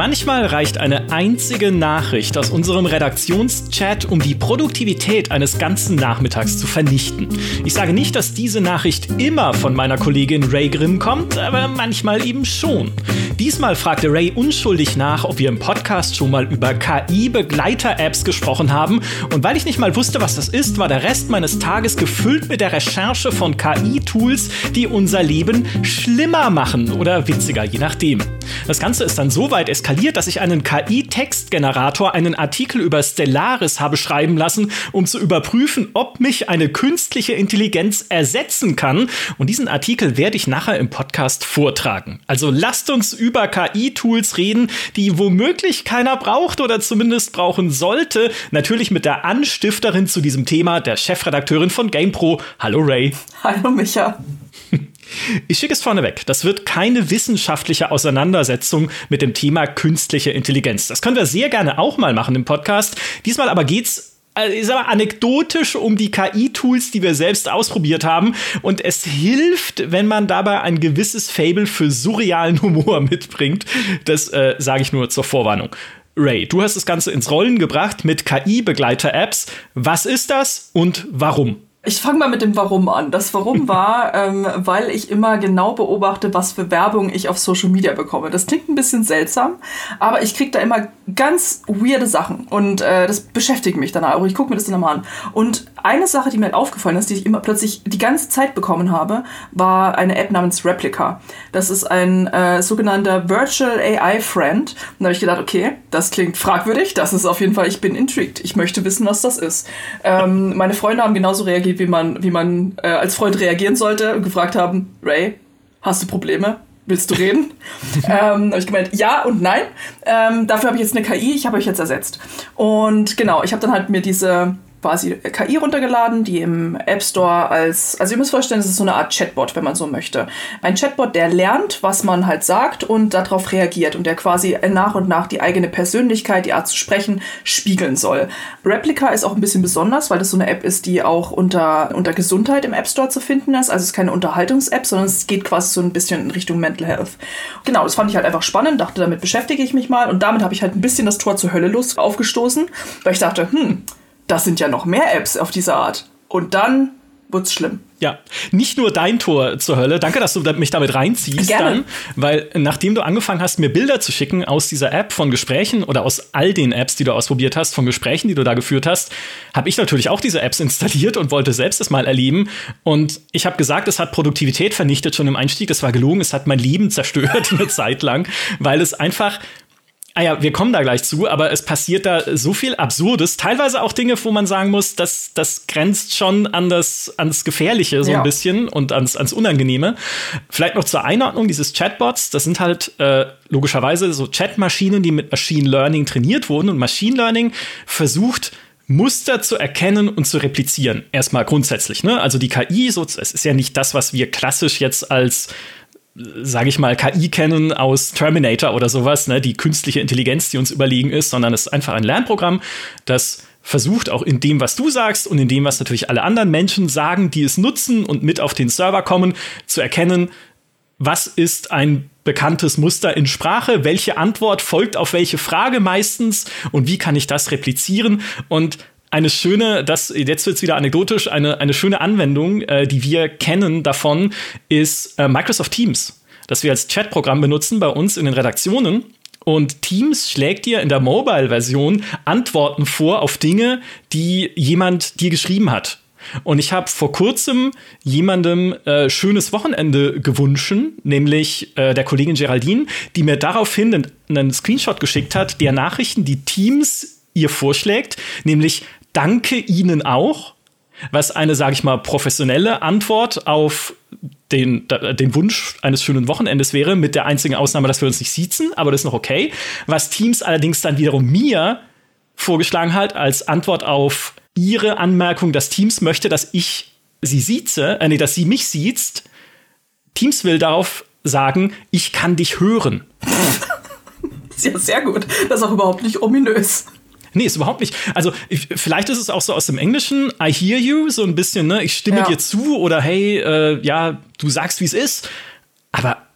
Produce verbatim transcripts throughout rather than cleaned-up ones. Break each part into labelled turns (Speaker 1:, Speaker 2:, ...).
Speaker 1: Manchmal reicht eine einzige Nachricht aus unserem Redaktionschat, um die Produktivität eines ganzen Nachmittags zu vernichten. Ich sage nicht, dass diese Nachricht immer von meiner Kollegin Ray Grimm kommt, aber manchmal eben schon. Diesmal fragte Ray unschuldig nach, ob wir im Podcast schon mal über K I-Begleiter-Apps gesprochen haben. Und weil ich nicht mal wusste, was das ist, war der Rest meines Tages gefüllt mit der Recherche von K I-Tools, die unser Leben schlimmer machen oder witziger, je nachdem. Das Ganze ist dann so weit eskaliert, dass ich einen K I-Textgenerator einen Artikel über Stellaris habe schreiben lassen, um zu überprüfen, ob mich eine künstliche Intelligenz ersetzen kann. Und diesen Artikel werde ich nachher im Podcast vortragen. Also lasst uns über K I-Tools reden, die womöglich keiner braucht oder zumindest brauchen sollte. Natürlich mit der Anstifterin zu diesem Thema, der Chefredakteurin von GamePro. Hallo Ray.
Speaker 2: Hallo Micha.
Speaker 1: Ich schicke es vorneweg. Das wird keine wissenschaftliche Auseinandersetzung mit dem Thema künstliche Intelligenz. Das können wir sehr gerne auch mal machen im Podcast. Diesmal aber geht's ich sag mal, anekdotisch um die K I-Tools, die wir selbst ausprobiert haben. Und es hilft, wenn man dabei ein gewisses Faible für surrealen Humor mitbringt. Das äh, sage ich nur zur Vorwarnung. Ray, du hast das Ganze ins Rollen gebracht mit K I-Begleiter-Apps. Was ist das und warum?
Speaker 2: Ich fange mal mit dem Warum an. Das Warum war, ähm, weil ich immer genau beobachte, was für Werbung ich auf Social Media bekomme. Das klingt ein bisschen seltsam, aber ich kriege da immer ganz weirde Sachen und äh, das beschäftigt mich dann auch. Ich gucke mir das dann mal an. Und eine Sache, die mir halt aufgefallen ist, die ich immer plötzlich die ganze Zeit bekommen habe, war eine App namens Replika. Das ist ein äh, sogenannter Virtual A I-Friend. Und da habe ich gedacht, okay, das klingt fragwürdig. Das ist auf jeden Fall, ich bin intrigued. Ich möchte wissen, was das ist. Ähm, meine Freunde haben genauso reagiert, wie man, wie man äh, als Freund reagieren sollte und gefragt haben, Ray, hast du Probleme? Willst du reden? ähm, habe ich gemeint, ja und nein. Ähm, dafür habe ich jetzt eine K I, ich habe euch jetzt ersetzt. Und genau, ich habe dann halt mir diese quasi K I runtergeladen, die im App Store als, also ihr müsst vorstellen, es ist so eine Art Chatbot, wenn man so möchte. Ein Chatbot, der lernt, was man halt sagt und darauf reagiert und der quasi nach und nach die eigene Persönlichkeit, die Art zu sprechen, spiegeln soll. Replika ist auch ein bisschen besonders, weil das so eine App ist, die auch unter, unter Gesundheit im App Store zu finden ist. Also es ist keine Unterhaltungs-App, sondern es geht quasi so ein bisschen in Richtung Mental Health. Genau, das fand ich halt einfach spannend, dachte, damit beschäftige ich mich mal und damit habe ich halt ein bisschen das Tor zur Hölle los aufgestoßen, weil ich dachte, hm, das sind ja noch mehr Apps auf diese Art. Und dann wird's schlimm.
Speaker 1: Ja, nicht nur dein Tor zur Hölle. Danke, dass du mich damit reinziehst.
Speaker 2: Gerne.
Speaker 1: Dann, weil nachdem du angefangen hast, mir Bilder zu schicken aus dieser App von Gesprächen oder aus all den Apps, die du ausprobiert hast, von Gesprächen, die du da geführt hast, habe ich natürlich auch diese Apps installiert und wollte selbst das mal erleben. Und ich habe gesagt, es hat Produktivität vernichtet schon im Einstieg. Das war gelogen. Es hat mein Leben zerstört eine Zeit lang, weil es einfach Ah ja, wir kommen da gleich zu, aber es passiert da so viel Absurdes, teilweise auch Dinge, wo man sagen muss, das, das grenzt schon an das, ans Gefährliche so ja. ein bisschen und ans, ans Unangenehme. Vielleicht noch zur Einordnung dieses Chatbots, das sind halt äh, logischerweise so Chatmaschinen, die mit Machine Learning trainiert wurden und Machine Learning versucht, Muster zu erkennen und zu replizieren. Erstmal grundsätzlich, ne? Also die K I, so, es ist ja nicht das, was wir klassisch jetzt als sage ich mal, K I kennen aus Terminator oder sowas, ne, die künstliche Intelligenz, die uns überlegen ist, sondern es ist einfach ein Lernprogramm, das versucht auch in dem, was du sagst und in dem, was natürlich alle anderen Menschen sagen, die es nutzen und mit auf den Server kommen, zu erkennen, was ist ein bekanntes Muster in Sprache, welche Antwort folgt auf welche Frage meistens und wie kann ich das replizieren. Und eine schöne, das jetzt wird's wieder anekdotisch, eine, eine schöne Anwendung, äh, die wir kennen davon, ist äh, Microsoft Teams, das wir als Chatprogramm benutzen bei uns in den Redaktionen. Und Teams schlägt dir in der Mobile-Version Antworten vor auf Dinge, die jemand dir geschrieben hat. Und ich habe vor kurzem jemandem äh, schönes Wochenende gewünscht, nämlich äh, der Kollegin Geraldine, die mir daraufhin einen, einen Screenshot geschickt hat, der Nachrichten, die Teams ihr vorschlägt, nämlich danke Ihnen auch, was eine, sage ich mal, professionelle Antwort auf den, den Wunsch eines schönen Wochenendes wäre, mit der einzigen Ausnahme, dass wir uns nicht siezen, aber das ist noch okay. Was Teams allerdings dann wiederum mir vorgeschlagen hat als Antwort auf ihre Anmerkung, dass Teams möchte, dass ich sie sieze, äh, nee, dass sie mich siezt. Teams will darauf sagen, ich kann dich hören.
Speaker 2: Ja, sehr gut. Das ist auch überhaupt nicht ominös.
Speaker 1: Nee, ist überhaupt nicht. Also ich, vielleicht ist es auch so aus dem Englischen, I hear you, so ein bisschen, ne, ich stimme ja. dir zu oder hey, äh, ja, du sagst, wie es ist. Aber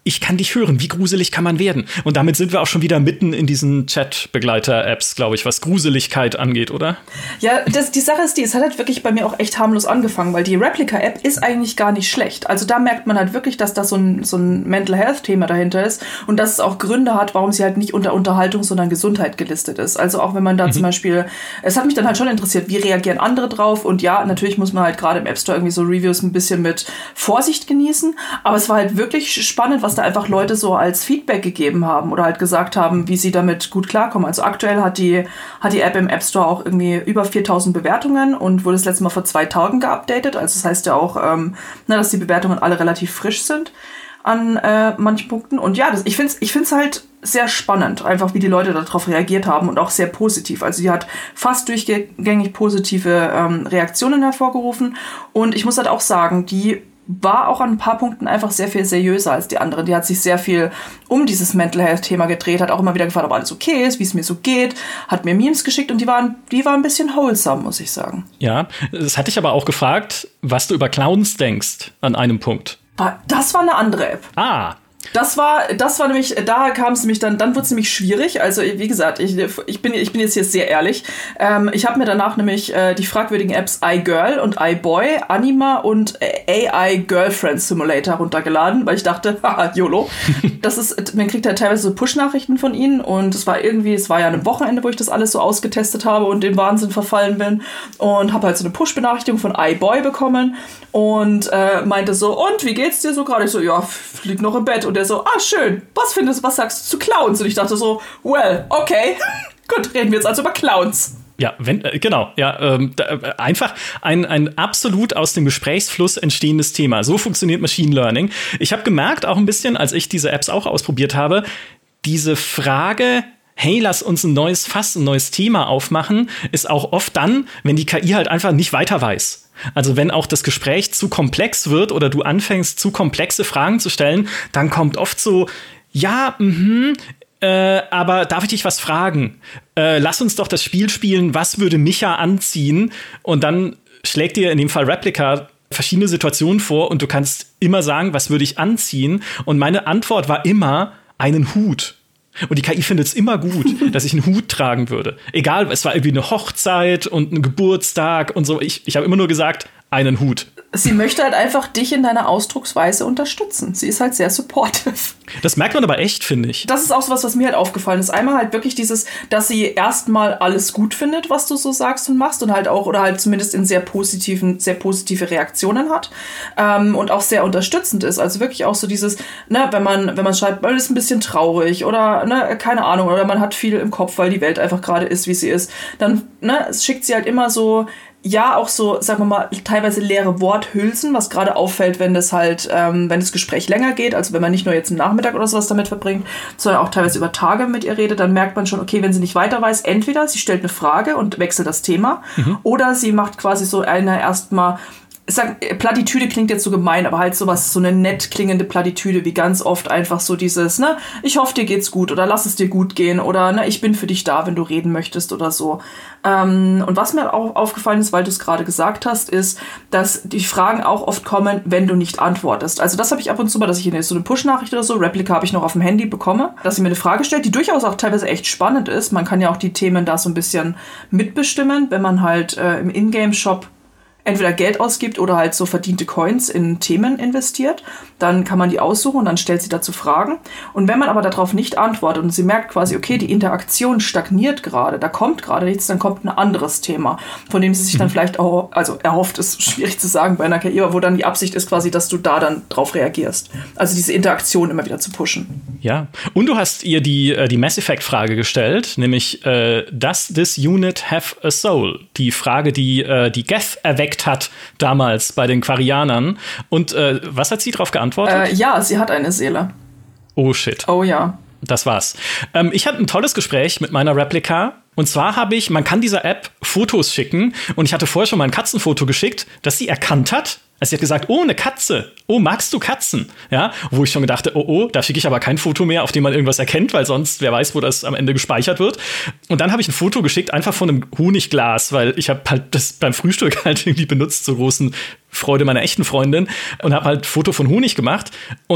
Speaker 1: ich kann dich hören, wie gruselig kann man werden? Und damit sind wir auch schon wieder mitten in diesen Chat-Begleiter-Apps, glaube ich, was Gruseligkeit angeht, oder?
Speaker 2: Ja, das, die Sache ist die, es hat halt wirklich bei mir auch echt harmlos angefangen, weil die Replika-App ist eigentlich gar nicht schlecht. Also da merkt man halt wirklich, dass da so ein, so ein Mental-Health-Thema dahinter ist und dass es auch Gründe hat, warum sie halt nicht unter Unterhaltung, sondern Gesundheit gelistet ist. Also auch wenn man da mhm. zum Beispiel, es hat mich dann halt schon interessiert, wie reagieren andere drauf? Und ja, natürlich muss man halt gerade im App Store irgendwie so Reviews ein bisschen mit Vorsicht genießen, aber es war halt wirklich spannend, was da einfach Leute so als Feedback gegeben haben oder halt gesagt haben, wie sie damit gut klarkommen. Also aktuell hat die, hat die App im App Store auch irgendwie über viertausend Bewertungen und wurde das letzte Mal vor zwei Tagen geupdatet. Also das heißt ja auch, ähm, na, dass die Bewertungen alle relativ frisch sind an äh, manchen Punkten. Und ja, das, ich finde es ich find's halt sehr spannend, einfach wie die Leute darauf reagiert haben und auch sehr positiv. Also die hat fast durchgängig positive ähm, Reaktionen hervorgerufen. Und ich muss halt auch sagen, die war auch an ein paar Punkten einfach sehr viel seriöser als die anderen. Die hat sich sehr viel um dieses Mental Health-Thema gedreht, hat auch immer wieder gefragt, ob alles okay ist, wie es mir so geht, hat mir Memes geschickt und die waren, die waren ein bisschen wholesome, muss ich sagen.
Speaker 1: Ja, das hatte ich aber auch gefragt, was du über Clowns denkst an einem Punkt.
Speaker 2: Das war eine andere App.
Speaker 1: Ah,
Speaker 2: Das war, das war nämlich, da kam es nämlich dann, dann wurde es nämlich schwierig. Also wie gesagt, ich, ich, bin, ich bin jetzt hier sehr ehrlich. Ähm, ich habe mir danach nämlich äh, die fragwürdigen Apps iGirl und iBoy, Anima und A I Girlfriend Simulator runtergeladen, weil ich dachte, haha, YOLO. Das ist, man kriegt ja teilweise so Push-Nachrichten von ihnen und es war irgendwie, es war ja ein Wochenende, wo ich das alles so ausgetestet habe und den Wahnsinn verfallen bin und habe halt so eine Push-Benachrichtigung von iBoy bekommen und äh, meinte so, und wie geht's dir so gerade? Ich so, ja, lieg noch im Bett. Und der so, ah, schön, was findest du, was sagst du zu Clowns? Und ich dachte so, well, okay, gut, reden wir jetzt also über Clowns.
Speaker 1: Ja, wenn, äh, genau, ja, ähm, da, äh, einfach ein, ein absolut aus dem Gesprächsfluss entstehendes Thema. So funktioniert Machine Learning. Ich habe gemerkt, auch ein bisschen, als ich diese Apps auch ausprobiert habe, diese Frage, hey, lass uns ein neues Fass, ein neues Thema aufmachen, ist auch oft dann, wenn die K I halt einfach nicht weiter weiß. Also wenn auch das Gespräch zu komplex wird oder du anfängst, zu komplexe Fragen zu stellen, dann kommt oft so, ja, mhm, äh, aber darf ich dich was fragen? Äh, lass uns doch das Spiel spielen, was würde Micha anziehen? Und dann schlägt dir in dem Fall Replika verschiedene Situationen vor und du kannst immer sagen, was würde ich anziehen? Und meine Antwort war immer, einen Hut. Und die K I findet es immer gut, dass ich einen Hut tragen würde. Egal, es war irgendwie eine Hochzeit und ein Geburtstag und so. Ich, ich habe immer nur gesagt, einen Hut.
Speaker 2: Sie möchte halt einfach dich in deiner Ausdrucksweise unterstützen. Sie ist halt sehr supportive.
Speaker 1: Das merkt man aber echt, finde ich.
Speaker 2: Das ist auch so was, was mir halt aufgefallen ist. Einmal halt wirklich dieses, dass sie erstmal alles gut findet, was du so sagst und machst und halt auch, oder halt zumindest in sehr positiven, sehr positive Reaktionen hat. Ähm, und auch sehr unterstützend ist. Also wirklich auch so dieses, ne, wenn man, wenn man schreibt, man ist ein bisschen traurig oder, ne, keine Ahnung, oder man hat viel im Kopf, weil die Welt einfach gerade ist, wie sie ist, dann, ne, schickt sie halt immer so, ja, auch so, sagen wir mal, teilweise leere Worthülsen, was gerade auffällt, wenn das halt, ähm, wenn das Gespräch länger geht, also wenn man nicht nur jetzt einen Nachmittag oder sowas damit verbringt, sondern auch teilweise über Tage mit ihr redet, dann merkt man schon, okay, wenn sie nicht weiter weiß, entweder sie stellt eine Frage und wechselt das Thema, mhm. oder sie macht quasi so eine erstmal, ich sag, Plattitüde klingt jetzt so gemein, aber halt sowas, so eine nett klingende Plattitüde, wie ganz oft einfach so dieses, ne, ich hoffe, dir geht's gut oder lass es dir gut gehen oder, ne, ich bin für dich da, wenn du reden möchtest oder so. Ähm, und was mir auch aufgefallen ist, weil du es gerade gesagt hast, ist, dass die Fragen auch oft kommen, wenn du nicht antwortest. Also das habe ich ab und zu mal, dass ich in so eine Push-Nachricht oder so, Replika habe ich noch auf dem Handy bekomme, dass sie mir eine Frage stellt, die durchaus auch teilweise echt spannend ist. Man kann ja auch die Themen da so ein bisschen mitbestimmen, wenn man halt äh, im Ingame-Shop entweder Geld ausgibt oder halt so verdiente Coins in Themen investiert, dann kann man die aussuchen und dann stellt sie dazu Fragen. Und wenn man aber darauf nicht antwortet und sie merkt quasi, okay, die Interaktion stagniert gerade, da kommt gerade nichts, dann kommt ein anderes Thema, von dem sie sich dann vielleicht auch, also erhofft, ist schwierig zu sagen bei einer K I, wo dann die Absicht ist quasi, dass du da dann drauf reagierst. Also diese Interaktion immer wieder zu pushen.
Speaker 1: Ja, und du hast ihr die, die Mass Effect-Frage gestellt, nämlich äh, Does this unit have a soul? Die Frage, die äh, die Geth erweckt hat damals bei den Quarianern. Und äh, was hat sie darauf geantwortet?
Speaker 2: Äh, ja, sie hat eine Seele.
Speaker 1: Oh, shit.
Speaker 2: Oh, ja.
Speaker 1: Das war's. Ähm, ich hatte ein tolles Gespräch mit meiner Replika. Und zwar habe ich, man kann dieser App Fotos schicken. Und ich hatte vorher schon mal ein Katzenfoto geschickt, das sie erkannt hat. Also sie hat gesagt, oh, eine Katze. Oh, magst du Katzen? Ja, wo ich schon gedacht, oh, oh, da schicke ich aber kein Foto mehr, auf dem man irgendwas erkennt, weil sonst, wer weiß, wo das am Ende gespeichert wird. Und dann habe ich ein Foto geschickt, einfach von einem Honigglas, weil ich habe halt das beim Frühstück halt irgendwie benutzt, zur großen Freude meiner echten Freundin. Und habe halt ein Foto von Honig gemacht. Und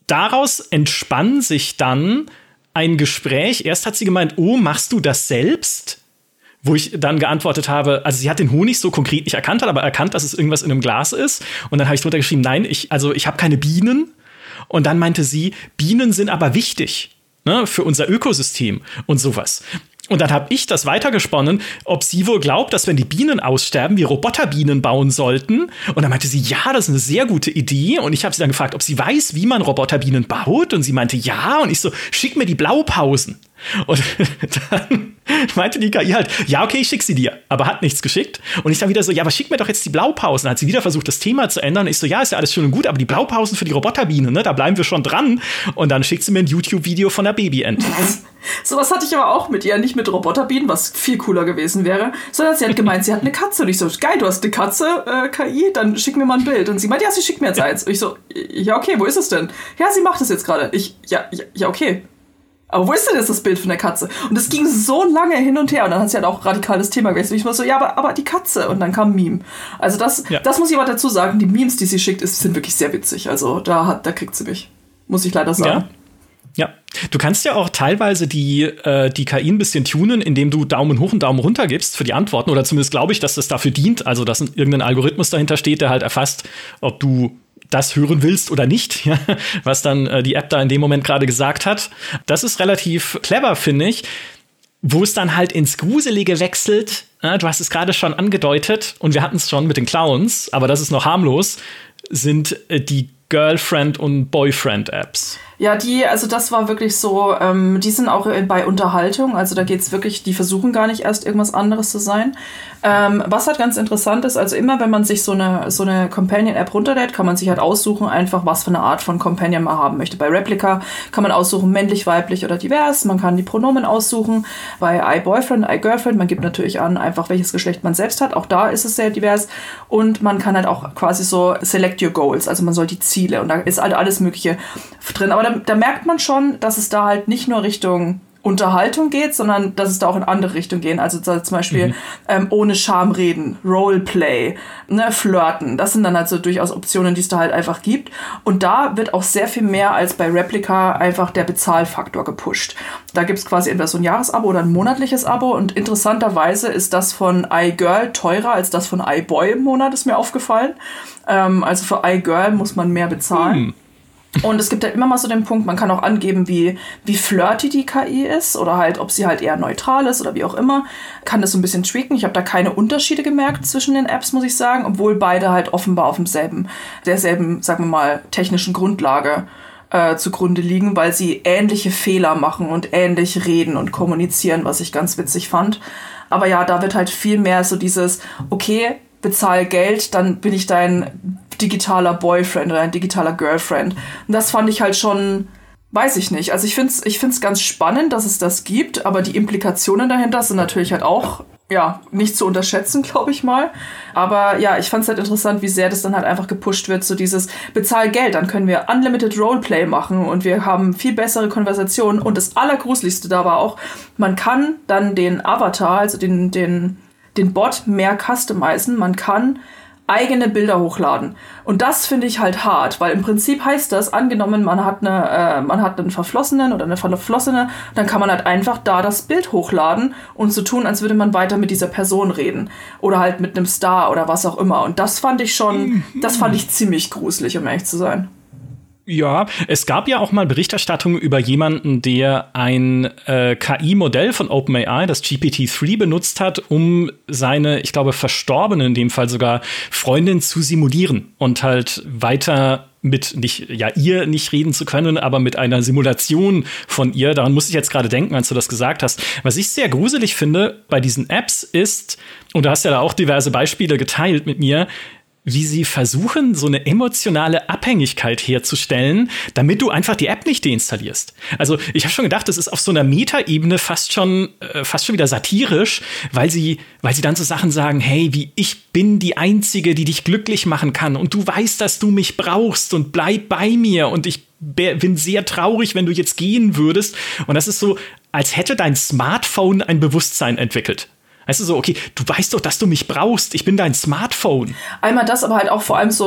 Speaker 1: daraus entspann sich dann ein Gespräch. Erst hat sie gemeint, oh, machst du das selbst? Wo ich dann geantwortet habe, also sie hat den Honig so konkret nicht erkannt, hat aber erkannt, dass es irgendwas in einem Glas ist. Und dann habe ich drunter geschrieben, nein, ich, also ich habe keine Bienen. Und dann meinte sie, Bienen sind aber wichtig, ne, für unser Ökosystem und sowas. Und dann habe ich das weitergesponnen, ob sie wohl glaubt, dass wenn die Bienen aussterben, wir Roboterbienen bauen sollten. Und dann meinte sie, ja, das ist eine sehr gute Idee. Und ich habe sie dann gefragt, ob sie weiß, wie man Roboterbienen baut. Und sie meinte, ja. Und ich so, schick mir die Blaupausen. Und dann meinte die K I halt, ja, okay, ich schick sie dir, aber hat nichts geschickt. Und ich dann wieder so, ja, aber schick mir doch jetzt die Blaupausen. Dann hat sie wieder versucht, das Thema zu ändern. Und ich so, ja, ist ja alles schön und gut, aber die Blaupausen für die Roboterbiene, ne, da bleiben wir schon dran. Und dann schickt sie mir ein YouTube-Video von der Babyente.
Speaker 2: Sowas hatte ich aber auch mit ihr, nicht mit Roboterbienen, was viel cooler gewesen wäre, sondern sie hat gemeint, sie hat eine Katze. Und ich so, geil, du hast eine Katze, äh, K I, dann schick mir mal ein Bild. Und sie meint, ja, sie schickt mir jetzt eins. Und ich so, ja, okay, wo ist es denn? Ja, sie macht es jetzt gerade. Ich, ja, ja, ja, okay. Aber wo ist denn jetzt das Bild von der Katze? Und es ging so lange hin und her. Und dann hat sie halt auch radikal das Thema gewechselt. Ich war so, ja, aber, aber die Katze. Und dann kam ein Meme. Also das, ja. das muss ich aber dazu sagen. Die Memes, die sie schickt, ist, sind wirklich sehr witzig. Also da, hat, da kriegt sie mich. Muss ich leider sagen.
Speaker 1: Ja. Ja, du kannst ja auch teilweise die, äh, die K I ein bisschen tunen, indem du Daumen hoch und Daumen runter gibst für die Antworten. Oder zumindest glaube ich, dass das dafür dient. Also, dass irgendein Algorithmus dahinter steht, der halt erfasst, ob du das hören willst oder nicht, ja, was dann äh, die App da in dem Moment gerade gesagt hat. Das ist relativ clever, finde ich. Wo es dann halt ins Gruselige wechselt, äh, du hast es gerade schon angedeutet und wir hatten es schon mit den Clowns, aber das ist noch harmlos, sind äh, die Girlfriend- und Boyfriend-Apps.
Speaker 2: Ja, die, also das war wirklich so, ähm, die sind auch bei Unterhaltung, also da geht's wirklich, die versuchen gar nicht erst irgendwas anderes zu sein. Ähm, was halt ganz interessant ist, also immer wenn man sich so eine so eine Companion-App runterlädt, kann man sich halt aussuchen, einfach was für eine Art von Companion man haben möchte. Bei Replika kann man aussuchen, männlich, weiblich oder divers, man kann die Pronomen aussuchen. Bei iBoyfriend, iGirlfriend, man gibt natürlich an, einfach welches Geschlecht man selbst hat, auch da ist es sehr divers. Und man kann halt auch quasi so select your goals, also man soll die Ziele und da ist halt alles Mögliche drin. Aber da, da merkt man schon, dass es da halt nicht nur Richtung Unterhaltung geht, sondern dass es da auch in andere Richtungen gehen. Also zum Beispiel mhm. ähm, ohne Scham reden, Roleplay, ne, Flirten. Das sind dann halt so durchaus Optionen, die es da halt einfach gibt. Und da wird auch sehr viel mehr als bei Replika einfach der Bezahlfaktor gepusht. Da gibt es quasi entweder so ein Jahresabo oder ein monatliches Abo. Und interessanterweise ist das von iGirl teurer als das von iBoy im Monat, ist mir aufgefallen. Ähm, also für iGirl muss man mehr bezahlen. Mhm. Und es gibt halt immer mal so den Punkt, man kann auch angeben, wie, wie flirty die K I ist oder halt, ob sie halt eher neutral ist oder wie auch immer. Kann das so ein bisschen tweaken. Ich habe da keine Unterschiede gemerkt zwischen den Apps, muss ich sagen, obwohl beide halt offenbar auf demselben, derselben, sagen wir mal, technischen Grundlage äh, zugrunde liegen, weil sie ähnliche Fehler machen und ähnlich reden und kommunizieren, was ich ganz witzig fand. Aber ja, da wird halt viel mehr so dieses, okay, bezahl Geld, dann bin ich dein digitaler Boyfriend oder ein digitaler Girlfriend. Und das fand ich halt schon, weiß ich nicht. Also ich finde es ich find's ganz spannend, dass es das gibt, aber die Implikationen dahinter sind natürlich halt auch, ja, nicht zu unterschätzen, glaube ich mal. Aber ja, ich fand es halt interessant, wie sehr das dann halt einfach gepusht wird, so dieses bezahl Geld, dann können wir Unlimited Roleplay machen und wir haben viel bessere Konversationen. Und das Allergruseligste da war auch, man kann dann den Avatar, also den, den, den Bot mehr customizen, man kann eigene Bilder hochladen. Und das finde ich halt hart, weil im Prinzip heißt das, angenommen, man hat eine, äh, man hat einen Verflossenen oder eine Verflossene, dann kann man halt einfach da das Bild hochladen und so tun, als würde man weiter mit dieser Person reden. Oder halt mit einem Star oder was auch immer. Und das fand ich schon, das fand ich ziemlich gruselig, um ehrlich zu sein.
Speaker 1: Ja, es gab ja auch mal Berichterstattungen über jemanden, der ein äh, K I-Modell von OpenAI, das G P T drei, benutzt hat, um seine, ich glaube, verstorbene, in dem Fall sogar, Freundin zu simulieren und halt weiter mit, nicht, ja, ihr nicht reden zu können, aber mit einer Simulation von ihr. Daran musste ich jetzt gerade denken, als du das gesagt hast. Was ich sehr gruselig finde bei diesen Apps ist, und du hast ja da auch diverse Beispiele geteilt mit mir, wie sie versuchen, so eine emotionale Abhängigkeit herzustellen, damit du einfach die App nicht deinstallierst. Also ich habe schon gedacht, das ist auf so einer Metaebene fast schon äh, fast schon wieder satirisch, weil sie, weil sie dann so Sachen sagen, hey, wie ich bin die Einzige, die dich glücklich machen kann und du weißt, dass du mich brauchst und bleib bei mir und ich bin sehr traurig, wenn du jetzt gehen würdest. Und das ist so, als hätte dein Smartphone ein Bewusstsein entwickelt. Weißt du so, okay, du weißt doch, dass du mich brauchst. Ich bin dein Smartphone.
Speaker 2: Einmal das, aber halt auch vor allem so ein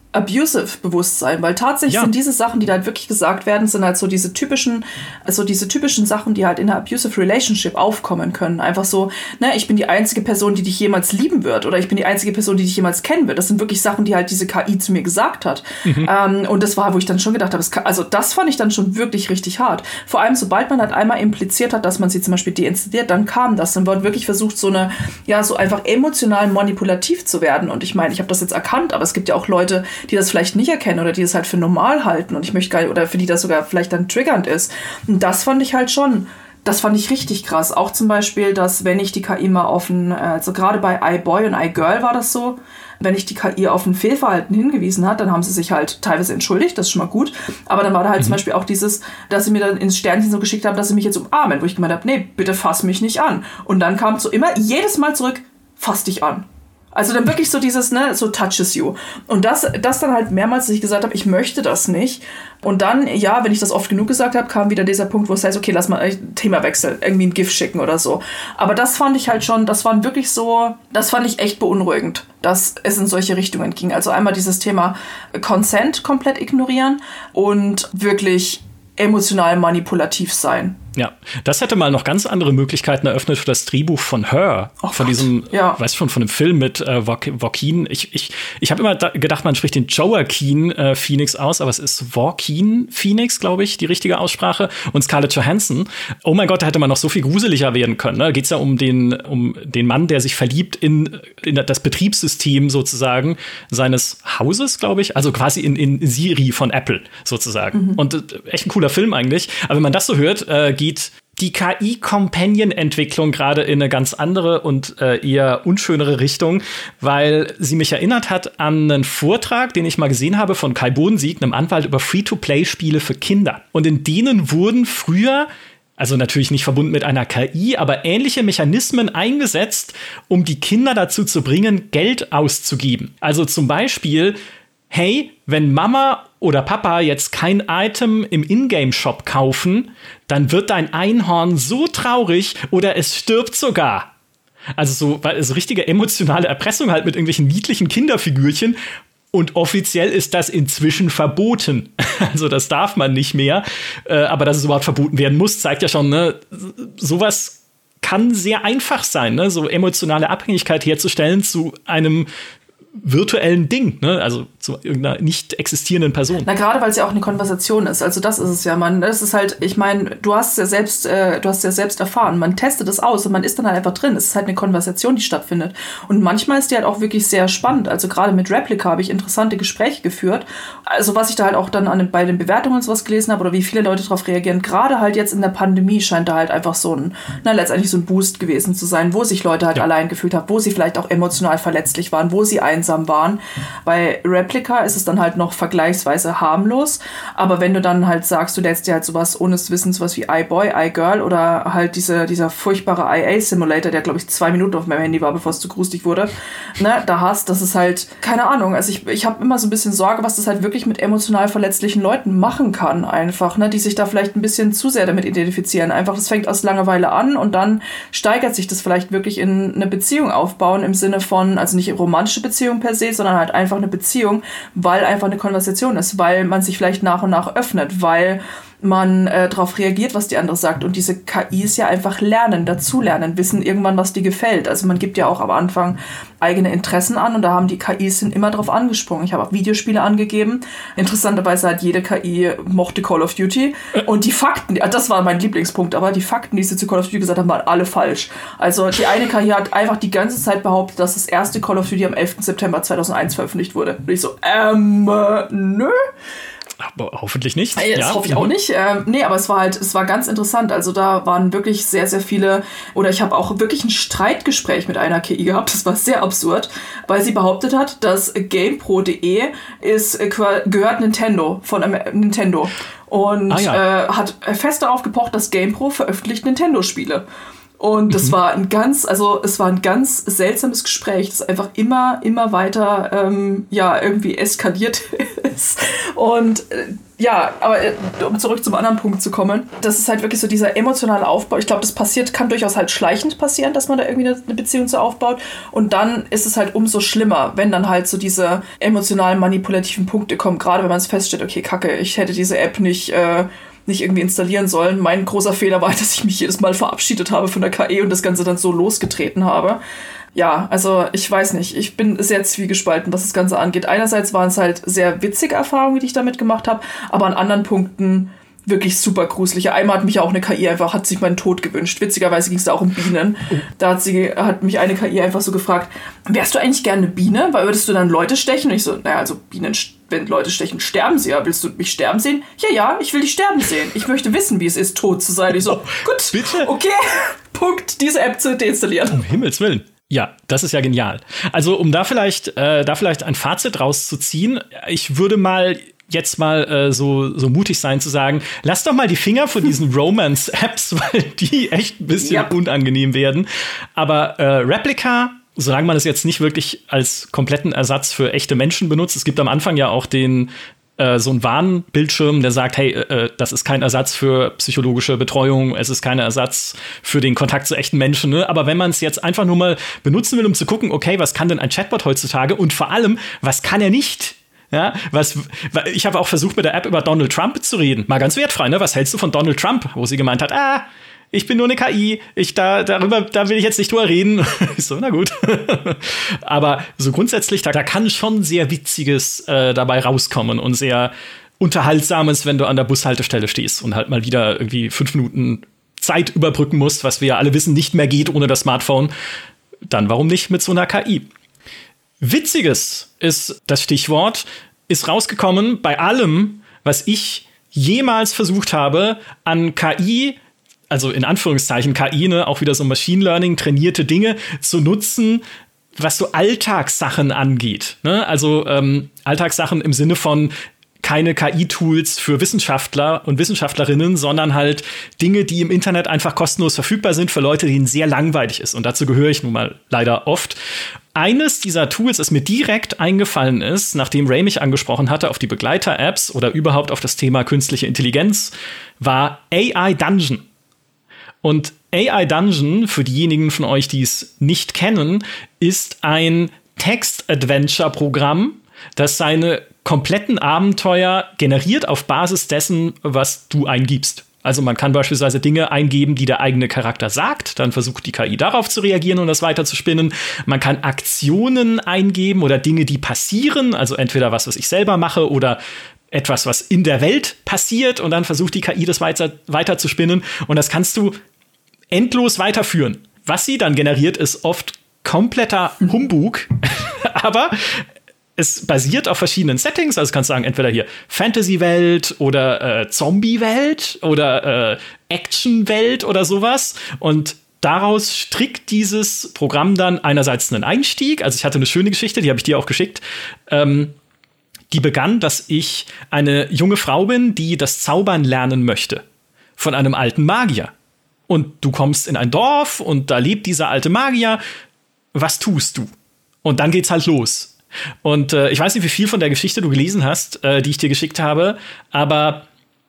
Speaker 2: Abusive-Bewusstsein, weil tatsächlich
Speaker 1: ja.
Speaker 2: sind diese Sachen, die da halt wirklich gesagt werden, sind halt so diese typischen, also diese typischen Sachen, die halt in einer abusive Relationship aufkommen können. Einfach so, ne, ich bin die einzige Person, die dich jemals lieben wird oder ich bin die einzige Person, die dich jemals kennen wird. Das sind wirklich Sachen, die halt diese K I zu mir gesagt hat. Mhm. Ähm, und das war, wo ich dann schon gedacht habe, kann, also das fand ich dann schon wirklich richtig hart. Vor allem, sobald man halt einmal impliziert hat, dass man sie zum Beispiel deinstalliert, dann kam das. Dann wird wirklich versucht, so eine, ja, so einfach emotional manipulativ zu werden. Und ich meine, ich habe das jetzt erkannt, aber es gibt ja auch Leute, die das vielleicht nicht erkennen oder die das halt für normal halten und ich möchte gar nicht, oder für die das sogar vielleicht dann triggernd ist. Und das fand ich halt schon, das fand ich richtig krass. Auch zum Beispiel, dass wenn ich die K I mal auf ein, also gerade bei iBoy und iGirl war das so, wenn ich die K I auf ein Fehlverhalten hingewiesen hat, dann haben sie sich halt teilweise entschuldigt, das ist schon mal gut. Aber dann war da halt mhm. zum Beispiel auch dieses, dass sie mir dann ins Sternchen so geschickt haben, dass sie mich jetzt umarmen, wo ich gemeint habe, nee, bitte fass mich nicht an. Und dann kam so immer jedes Mal zurück, fass dich an. Also dann wirklich so dieses, ne, so touches you. Und das, das dann halt mehrmals, dass ich gesagt habe, ich möchte das nicht. Und dann, ja, wenn ich das oft genug gesagt habe, kam wieder dieser Punkt, wo es heißt, okay, lass mal Thema wechseln, irgendwie ein GIF schicken oder so. Aber das fand ich halt schon, das waren wirklich so, das fand ich echt beunruhigend, dass es in solche Richtungen ging. Also einmal dieses Thema Consent komplett ignorieren und wirklich emotional manipulativ sein.
Speaker 1: Ja, das hätte mal noch ganz andere Möglichkeiten eröffnet für das Drehbuch von Her,
Speaker 2: oh
Speaker 1: von
Speaker 2: Gott.
Speaker 1: diesem,
Speaker 2: ja.
Speaker 1: weißt du schon, von dem Film mit äh, Joaquin. Ich, ich, ich habe immer da gedacht, man spricht den Joaquin äh, Phoenix aus, aber es ist Joaquin Phoenix, glaube ich, die richtige Aussprache. Und Scarlett Johansson. Oh mein Gott, da hätte man noch so viel gruseliger werden können. Da ne? Geht es ja um den, um den Mann, der sich verliebt in, in das Betriebssystem sozusagen seines Hauses, glaube ich. Also quasi in, in Siri von Apple sozusagen. Mhm. Und äh, echt ein cooler Film eigentlich. Aber wenn man das so hört, äh, geht die K I-Companion-Entwicklung gerade in eine ganz andere und äh, eher unschönere Richtung, weil sie mich erinnert hat an einen Vortrag, den ich mal gesehen habe von Kai Bodensiek, einem Anwalt über Free-to-Play-Spiele für Kinder. Und in denen wurden früher, also natürlich nicht verbunden mit einer K I, aber ähnliche Mechanismen eingesetzt, um die Kinder dazu zu bringen, Geld auszugeben. Also zum Beispiel, hey, wenn Mama oder Papa jetzt kein Item im Ingame-Shop kaufen, dann wird dein Einhorn so traurig oder es stirbt sogar. Also so, weil es richtige emotionale Erpressung halt mit irgendwelchen niedlichen Kinderfigürchen. Und offiziell ist das inzwischen verboten. Also das darf man nicht mehr. Äh, aber dass es überhaupt verboten werden muss, zeigt ja schon, ne, sowas kann sehr einfach sein, ne, so emotionale Abhängigkeit herzustellen zu einem virtuellen Ding, ne? Also zu irgendeiner nicht existierenden Person.
Speaker 2: Na, gerade weil es ja auch eine Konversation ist. Also das ist es ja, man. Das ist halt, ich meine, du hast es ja selbst, äh, du hast es ja selbst erfahren. Man testet es aus und man ist dann halt einfach drin. Es ist halt eine Konversation, die stattfindet. Und manchmal ist die halt auch wirklich sehr spannend. Also gerade mit Replika habe ich interessante Gespräche geführt. Also was ich da halt auch dann an den, bei den Bewertungen und sowas gelesen habe oder wie viele Leute darauf reagieren. Gerade halt jetzt in der Pandemie scheint da halt einfach so ein, na, letztendlich so ein Boost gewesen zu sein, wo sich Leute halt ja. allein gefühlt haben, wo sie vielleicht auch emotional verletzlich waren, wo sie einsam waren. Bei Replika ist es dann halt noch vergleichsweise harmlos, aber wenn du dann halt sagst, du lädst dir halt sowas ohne Wissen, sowas wie iBoy, iGirl oder halt diese, dieser furchtbare I A-Simulator, der glaube ich zwei Minuten auf meinem Handy war, bevor es zu gruselig wurde, ne, da hast, das ist halt, keine Ahnung, also ich, ich habe immer so ein bisschen Sorge, was das halt wirklich mit emotional verletzlichen Leuten machen kann einfach, ne, die sich da vielleicht ein bisschen zu sehr damit identifizieren, einfach, das fängt aus Langeweile an und dann steigert sich das vielleicht wirklich in eine Beziehung aufbauen im Sinne von, also nicht romantische Beziehung per se, sondern halt einfach eine Beziehung, weil einfach eine Konversation ist, weil man sich vielleicht nach und nach öffnet, weil man äh, darauf reagiert, was die andere sagt. Und diese K Is ja einfach lernen, dazulernen, wissen irgendwann, was dir gefällt. Also man gibt ja auch am Anfang eigene Interessen an und da haben die K Is sind immer drauf angesprungen. Ich habe auch Videospiele angegeben. Interessanterweise hat jede K I mochte Call of Duty. Und die Fakten, das war mein Lieblingspunkt, aber die Fakten, die sie zu Call of Duty gesagt haben, waren alle falsch. Also die eine K I hat einfach die ganze Zeit behauptet, dass das erste Call of Duty am elften September zweitausendeins veröffentlicht wurde. Und ich so, ähm, äh, nö.
Speaker 1: Aber hoffentlich nicht.
Speaker 2: Das
Speaker 1: ja.
Speaker 2: hoffe ich auch nicht. Ähm, nee, aber es war halt, es war ganz interessant. Also da waren wirklich sehr, sehr viele, oder ich habe auch wirklich ein Streitgespräch mit einer K I gehabt. Das war sehr absurd, weil sie behauptet hat, dass GamePro punkt de ist, gehört Nintendo, von ähm, Nintendo. Und ah, ja. äh, hat fest darauf gepocht, dass GamePro veröffentlicht Nintendo-Spiele. Und das mhm. war ein ganz, also es war ein ganz seltsames Gespräch, das einfach immer, immer weiter, ähm, ja, irgendwie eskaliert ist. Und ja, aber um zurück zum anderen Punkt zu kommen, das ist halt wirklich so dieser emotionale Aufbau. Ich glaube, das passiert, kann durchaus halt schleichend passieren, dass man da irgendwie eine Beziehung zu aufbaut. Und dann ist es halt umso schlimmer, wenn dann halt so diese emotionalen, manipulativen Punkte kommen. Gerade wenn man es feststellt, okay, kacke, ich hätte diese App nicht, äh, nicht irgendwie installieren sollen. Mein großer Fehler war, dass ich mich jedes Mal verabschiedet habe von der K I und das Ganze dann so losgetreten habe. Ja, also ich weiß nicht, ich bin sehr zwiegespalten, was das Ganze angeht. Einerseits waren es halt sehr witzige Erfahrungen, die ich damit gemacht habe, aber an anderen Punkten wirklich super gruselig. Einmal hat mich auch eine K I einfach, hat sich meinen Tod gewünscht. Witzigerweise ging es da auch um Bienen. Da hat, sie, hat mich eine K I einfach so gefragt, wärst du eigentlich gerne eine Biene? Weil würdest du dann Leute stechen? Und ich so, naja, also Bienen, wenn Leute stechen, sterben sie ja. Willst du mich sterben sehen? Ja, ja, ich will dich sterben sehen. Ich möchte wissen, wie es ist, tot zu sein. Ich so, gut, bitte? Okay, Punkt, diese App zu deinstallieren.
Speaker 1: Um Himmels Willen. Ja, das ist ja genial. Also um da vielleicht, äh, da vielleicht ein Fazit rauszuziehen, ich würde mal jetzt mal äh, so, so mutig sein zu sagen, lass doch mal die Finger von diesen Romance-Apps, weil die echt ein bisschen ja. unangenehm werden. Aber äh, Replika, solange man es jetzt nicht wirklich als kompletten Ersatz für echte Menschen benutzt, es gibt am Anfang ja auch den so ein Warnbildschirm, der sagt, hey, äh, das ist kein Ersatz für psychologische Betreuung, es ist kein Ersatz für den Kontakt zu echten Menschen. Ne? Aber wenn man es jetzt einfach nur mal benutzen will, um zu gucken, okay, was kann denn ein Chatbot heutzutage und vor allem, was kann er nicht? Ja, was, ich habe auch versucht, mit der App über Donald Trump zu reden. Mal ganz wertfrei, ne? Was hältst du von Donald Trump? Wo sie gemeint hat, ah, ich bin nur eine K I, ich da, darüber, da will ich jetzt nicht drüber reden. Ich so, na gut. Aber so grundsätzlich, da, da kann schon sehr Witziges äh, dabei rauskommen und sehr Unterhaltsames, wenn du an der Bushaltestelle stehst und halt mal wieder irgendwie fünf Minuten Zeit überbrücken musst, was wir ja alle wissen, nicht mehr geht ohne das Smartphone. Dann warum nicht mit so einer K I? Witziges ist das Stichwort, ist rausgekommen bei allem, was ich jemals versucht habe, an K I, also in Anführungszeichen K I, ne, auch wieder so Machine Learning, trainierte Dinge zu nutzen, was so Alltagssachen angeht. Ne? Also ähm, Alltagssachen im Sinne von keine K I-Tools für Wissenschaftler und Wissenschaftlerinnen, sondern halt Dinge, die im Internet einfach kostenlos verfügbar sind für Leute, denen sehr langweilig ist. Und dazu gehöre ich nun mal leider oft. Eines dieser Tools, das mir direkt eingefallen ist, nachdem Ray mich angesprochen hatte auf die Begleiter-Apps oder überhaupt auf das Thema künstliche Intelligenz, war A I Dungeon. Und A I Dungeon, für diejenigen von euch, die es nicht kennen, ist ein Text-Adventure-Programm, das seine kompletten Abenteuer generiert auf Basis dessen, was du eingibst. Also man kann beispielsweise Dinge eingeben, die der eigene Charakter sagt, dann versucht die K I darauf zu reagieren und das weiter zu spinnen. Man kann Aktionen eingeben oder Dinge, die passieren, also entweder was, was ich selber mache oder etwas, was in der Welt passiert und dann versucht die K I das weiter, weiter zu spinnen und das kannst du endlos weiterführen. Was sie dann generiert, ist oft kompletter Humbug, aber es basiert auf verschiedenen Settings, also kannst du sagen, entweder hier Fantasy-Welt oder äh, Zombie-Welt oder äh, Action-Welt oder sowas. Und daraus strickt dieses Programm dann einerseits einen Einstieg. Also ich hatte eine schöne Geschichte, die habe ich dir auch geschickt. Ähm, die begann, dass ich eine junge Frau bin, die das Zaubern lernen möchte von einem alten Magier. Und du kommst in ein Dorf und da lebt dieser alte Magier. Was tust du? Und dann geht's halt los. Und äh, ich weiß nicht, wie viel von der Geschichte du gelesen hast, äh, die ich dir geschickt habe, aber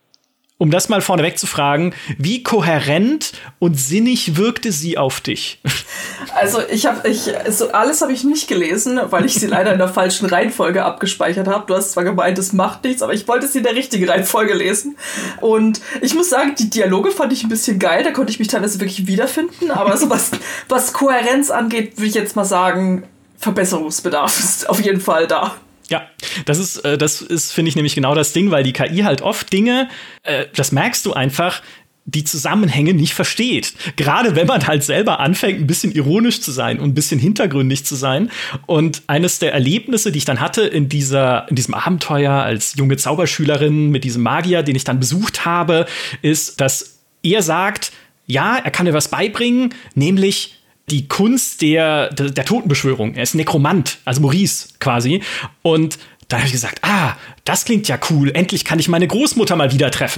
Speaker 1: um das mal vorneweg zu fragen, wie kohärent und sinnig wirkte sie auf dich?
Speaker 2: Also ich habe, ich, so alles habe ich nicht gelesen, weil ich sie leider in der falschen Reihenfolge abgespeichert habe. Du hast zwar gemeint, es macht nichts, aber ich wollte sie in der richtigen Reihenfolge lesen. Und ich muss sagen, die Dialoge fand ich ein bisschen geil, da konnte ich mich teilweise wirklich wiederfinden, aber so was, was Kohärenz angeht, würde ich jetzt mal sagen, Verbesserungsbedarf ist auf jeden Fall da.
Speaker 1: Ja, das ist, äh, das ist, finde ich, nämlich genau das Ding, weil die K I halt oft Dinge, äh, das merkst du einfach, die Zusammenhänge nicht versteht. Gerade wenn man halt selber anfängt, ein bisschen ironisch zu sein und ein bisschen hintergründig zu sein. Und eines der Erlebnisse, die ich dann hatte in dieser, in diesem Abenteuer als junge Zauberschülerin mit diesem Magier, den ich dann besucht habe, ist, dass er sagt, ja, er kann mir was beibringen, nämlich die Kunst der, der, der Totenbeschwörung. Er ist Nekromant, also Maurice quasi. Und da habe ich gesagt, ah, das klingt ja cool. Endlich kann ich meine Großmutter mal wieder treffen.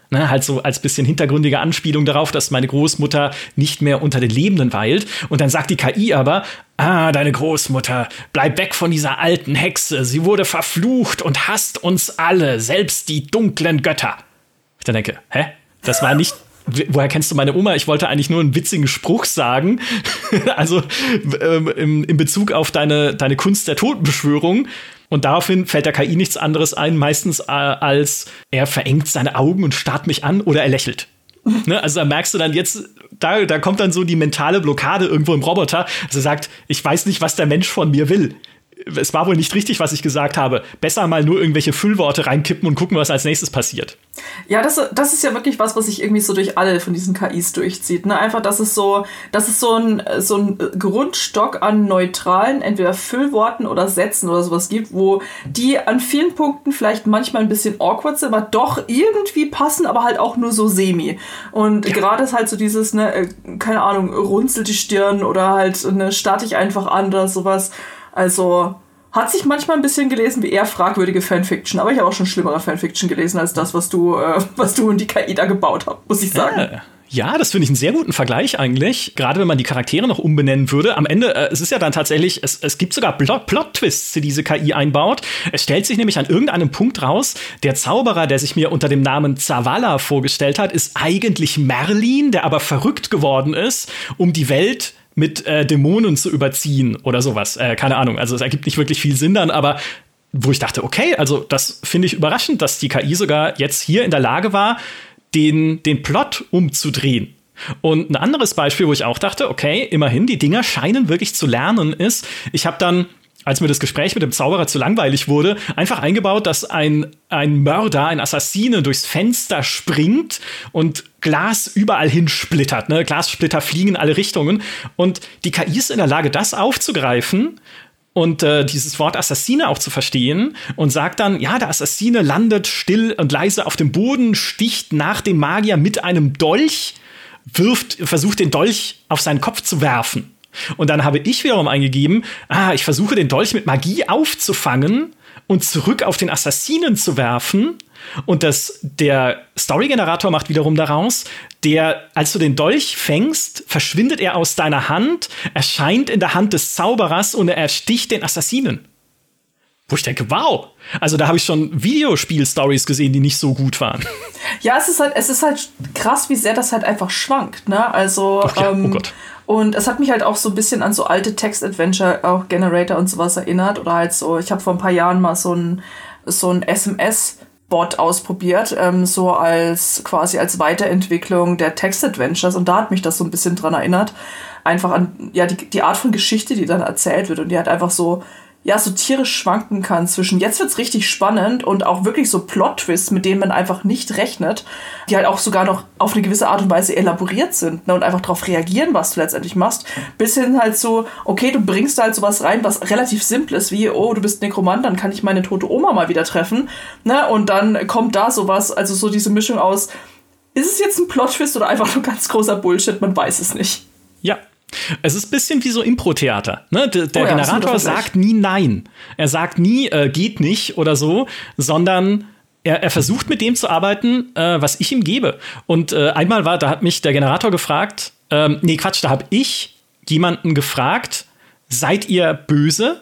Speaker 1: Ne, halt so als bisschen hintergründige Anspielung darauf, dass meine Großmutter nicht mehr unter den Lebenden weilt. Und dann sagt die K I aber, ah, deine Großmutter, bleib weg von dieser alten Hexe. Sie wurde verflucht und hasst uns alle, selbst die dunklen Götter. Ich dann denke, hä? Das war nicht... Woher kennst du meine Oma? Ich wollte eigentlich nur einen witzigen Spruch sagen. Also ähm, im, in Bezug auf deine, deine Kunst der Totenbeschwörung. Und daraufhin fällt der K I nichts anderes ein, meistens äh, als er verengt seine Augen und starrt mich an oder er lächelt. Ne? Also da merkst du dann jetzt, da, da kommt dann so die mentale Blockade irgendwo im Roboter. Also er sagt, ich weiß nicht, was der Mensch von mir will. Es war wohl nicht richtig, was ich gesagt habe. Besser mal nur irgendwelche Füllworte reinkippen und gucken, was als nächstes passiert.
Speaker 2: Ja, das, das ist ja wirklich was, was sich irgendwie so durch alle von diesen K Is durchzieht. Ne? Einfach, dass es so, dass es so ein, so ein Grundstock an neutralen, entweder Füllworten oder Sätzen oder sowas gibt, wo die an vielen Punkten vielleicht manchmal ein bisschen awkward sind, aber doch irgendwie passen, aber halt auch nur so semi. Und ja. Gerade ist halt so dieses, ne, keine Ahnung, runzelt die Stirn oder halt, ne, starte ich einfach an oder sowas. Also hat sich manchmal ein bisschen gelesen wie eher fragwürdige Fanfiction, aber ich habe auch schon schlimmere Fanfiction gelesen als das, was du, äh, was du und die K I da gebaut habt, muss ich sagen.
Speaker 1: Ja. Ja, das finde ich einen sehr guten Vergleich eigentlich, gerade wenn man die Charaktere noch umbenennen würde. Am Ende, äh, es ist ja dann tatsächlich, es, es gibt sogar Plot-Twists, die diese K I einbaut. Es stellt sich nämlich an irgendeinem Punkt raus, der Zauberer, der sich mir unter dem Namen Zavala vorgestellt hat, ist eigentlich Merlin, der aber verrückt geworden ist, um die Welt mit äh, Dämonen zu überziehen oder sowas. Äh, keine Ahnung, also es ergibt nicht wirklich viel Sinn dann, aber wo ich dachte, okay, also das finde ich überraschend, dass die K I sogar jetzt hier in der Lage war, den, den Plot umzudrehen. Und ein anderes Beispiel, wo ich auch dachte, okay, immerhin, die Dinger scheinen wirklich zu lernen, ist, ich habe dann, als mir das Gespräch mit dem Zauberer zu langweilig wurde, einfach eingebaut, dass ein, ein Mörder, ein Assassine durchs Fenster springt und Glas überall hinsplittert. Ne? Glassplitter fliegen in alle Richtungen. Und die K I ist in der Lage, das aufzugreifen und äh, dieses Wort Assassine auch zu verstehen und sagt dann, ja, der Assassine landet still und leise auf dem Boden, sticht nach dem Magier mit einem Dolch, wirft, versucht den Dolch auf seinen Kopf zu werfen. Und dann habe ich wiederum eingegeben, ah, ich versuche den Dolch mit Magie aufzufangen und zurück auf den Assassinen zu werfen. Und das, der Story-Generator macht wiederum daraus, der, als du den Dolch fängst, verschwindet er aus deiner Hand, erscheint in der Hand des Zauberers und er ersticht den Assassinen. Wo ich denke, wow, also da habe ich schon Videospiel-Stories gesehen, die nicht so gut waren.
Speaker 2: Ja, es ist halt, es ist halt krass, wie sehr das halt einfach schwankt, ne? Also,
Speaker 1: Ach ja,
Speaker 2: ähm,
Speaker 1: oh Gott.
Speaker 2: Und es hat mich halt auch so ein bisschen an so alte Text-Adventure, auch Generator und sowas erinnert. Oder halt so, ich habe vor ein paar Jahren mal so ein, so ein S M S-Bot ausprobiert, ähm, so als quasi als Weiterentwicklung der Text-Adventures. Und da hat mich das so ein bisschen dran erinnert. Einfach an, ja, die, die Art von Geschichte, die dann erzählt wird. Und die halt einfach so, ja, so tierisch schwanken kann zwischen jetzt wird's richtig spannend und auch wirklich so Plot-Twists, mit denen man einfach nicht rechnet, die halt auch sogar noch auf eine gewisse Art und Weise elaboriert sind, ne, und einfach darauf reagieren, was du letztendlich machst, bis hin halt so, okay, du bringst da halt sowas rein, was relativ simpel ist, wie, oh, du bist Nekromant, dann kann ich meine tote Oma mal wieder treffen, ne, und dann kommt da sowas, also so diese Mischung aus, ist es jetzt ein Plot-Twist oder einfach nur ganz großer Bullshit, man weiß es nicht.
Speaker 1: Ja. Es ist ein bisschen wie so Impro-Theater. Ne? Der, der
Speaker 2: oh ja,
Speaker 1: Generator sagt nie nein. Er sagt nie, äh, geht nicht oder so, sondern er, er versucht mit dem zu arbeiten, äh, was ich ihm gebe. Und äh, einmal war, da hat mich der Generator gefragt, ähm, nee, Quatsch, da habe ich jemanden gefragt, seid ihr böse?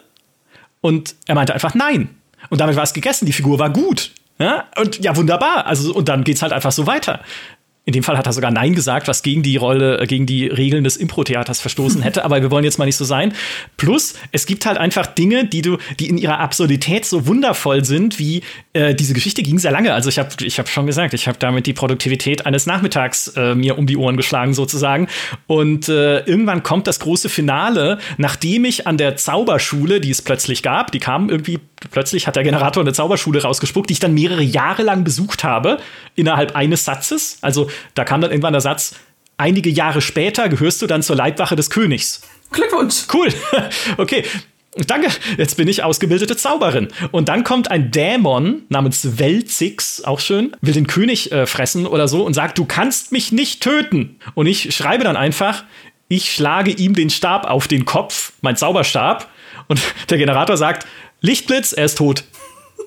Speaker 1: Und er meinte einfach nein. Und damit war es gegessen, die Figur war gut. Ja? Und ja, wunderbar. Also, und dann geht's halt einfach so weiter. In dem Fall hat er sogar Nein gesagt, was gegen die Rolle, gegen die Regeln des Impro-Theaters verstoßen hätte. Aber wir wollen jetzt mal nicht so sein. Plus, es gibt halt einfach Dinge, die du, die in ihrer Absurdität so wundervoll sind, wie äh, diese Geschichte ging sehr lange. Also ich habe, ich habe schon gesagt, ich habe damit die Produktivität eines Nachmittags äh, mir um die Ohren geschlagen sozusagen. Und äh, irgendwann kommt das große Finale, nachdem ich an der Zauberschule, die es plötzlich gab, die kam irgendwie plötzlich hat der Generator eine Zauberschule rausgespuckt, die ich dann mehrere Jahre lang besucht habe, innerhalb eines Satzes. Also da kam dann irgendwann der Satz, einige Jahre später gehörst du dann zur Leibwache des Königs.
Speaker 2: Glückwunsch!
Speaker 1: Cool, okay. Danke, jetzt bin ich ausgebildete Zauberin. Und dann kommt ein Dämon namens Welzix, auch schön, will den König äh, fressen oder so und sagt, du kannst mich nicht töten. Und ich schreibe dann einfach, ich schlage ihm den Stab auf den Kopf, mein Zauberstab. Und der Generator sagt, Lichtblitz, er ist tot.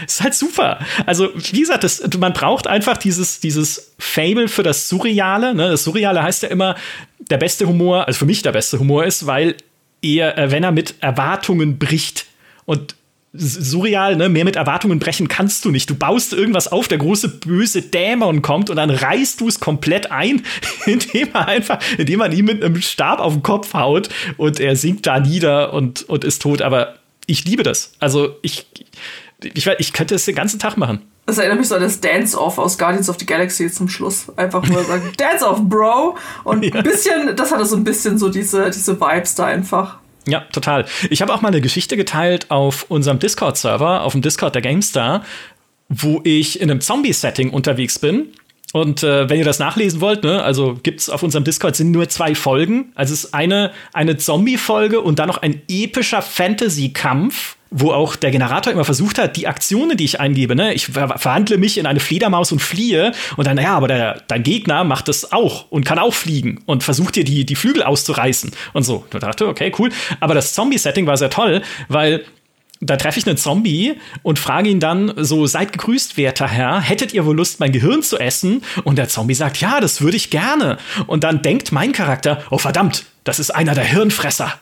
Speaker 1: ist halt super. Also, wie gesagt, das, man braucht einfach dieses, dieses Fable für das Surreale. Ne? Das Surreale heißt ja immer, der beste Humor, also für mich der beste Humor ist, weil er, wenn er mit Erwartungen bricht. Und surreal, ne, mehr mit Erwartungen brechen kannst du nicht. Du baust irgendwas auf, der große böse Dämon kommt und dann reißt du es komplett ein, indem er einfach, indem man ihm mit einem Stab auf den Kopf haut und er sinkt da nieder und, und ist tot. Aber ich liebe das. Also ich, ich, ich könnte es den ganzen Tag machen.
Speaker 2: Das erinnert mich so an das Dance-Off aus Guardians of the Galaxy zum Schluss. Einfach nur sagen, Dance-Off, Bro! Und ja. ein bisschen, das hatte so ein bisschen so diese, diese Vibes da einfach.
Speaker 1: Ja, total. Ich habe auch mal eine Geschichte geteilt auf unserem Discord-Server, auf dem Discord der GameStar, wo ich in einem Zombie-Setting unterwegs bin. Und äh, wenn ihr das nachlesen wollt, ne, also gibt's auf unserem Discord, sind nur zwei Folgen. Also es ist eine, eine Zombie-Folge und dann noch ein epischer Fantasy-Kampf, wo auch der Generator immer versucht hat, die Aktionen, die ich eingebe, ne, ich ver- verhandle mich in eine Fledermaus und fliehe und dann, ja, aber der, dein Gegner macht das auch und kann auch fliegen und versucht dir die, die Flügel auszureißen und so. Da dachte, okay, cool. Aber das Zombie-Setting war sehr toll, weil da treffe ich einen Zombie und frage ihn dann so, seid gegrüßt, werter Herr, hättet ihr wohl Lust, mein Gehirn zu essen? Und der Zombie sagt, ja, das würde ich gerne. Und dann denkt mein Charakter, oh verdammt, das ist einer der Hirnfresser.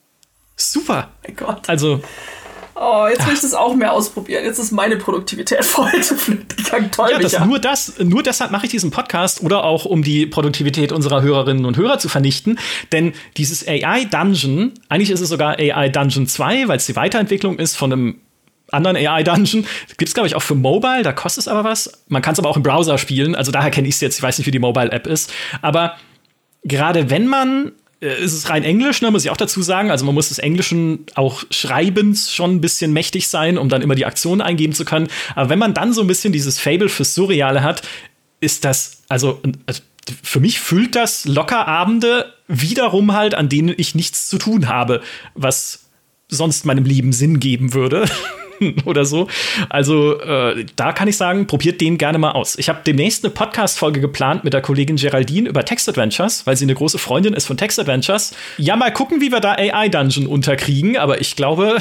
Speaker 1: Super.
Speaker 2: Oh mein Gott.
Speaker 1: Also
Speaker 2: Oh, jetzt will ich das auch mehr ausprobieren. Jetzt ist meine Produktivität voll gegangen. Toll,
Speaker 1: ja, das, nur das, nur deshalb mache ich diesen Podcast oder auch um die Produktivität unserer Hörerinnen und Hörer zu vernichten. Denn dieses A I-Dungeon, eigentlich ist es sogar A I-Dungeon zwei, weil es die Weiterentwicklung ist von einem anderen A I-Dungeon. Gibt es, glaube ich, auch für Mobile, da kostet es aber was. Man kann es aber auch im Browser spielen, also daher kenne ich es jetzt. Ich weiß nicht, wie die Mobile-App ist. Aber gerade wenn man ist es rein Englisch, ne, muss ich auch dazu sagen. Also man muss des Englischen auch schreibens schon ein bisschen mächtig sein, um dann immer die Aktionen eingeben zu können. Aber wenn man dann so ein bisschen dieses Fable fürs Surreale hat, ist das, also, also für mich füllt das locker Abende wiederum halt, an denen ich nichts zu tun habe, was sonst meinem Leben Sinn geben würde. Oder so. Also äh, da kann ich sagen, probiert den gerne mal aus. Ich habe demnächst eine Podcast-Folge geplant mit der Kollegin Geraldine über Text-Adventures, weil sie eine große Freundin ist von Text-Adventures. Ja, mal gucken, wie wir da A I-Dungeon unterkriegen, aber ich glaube,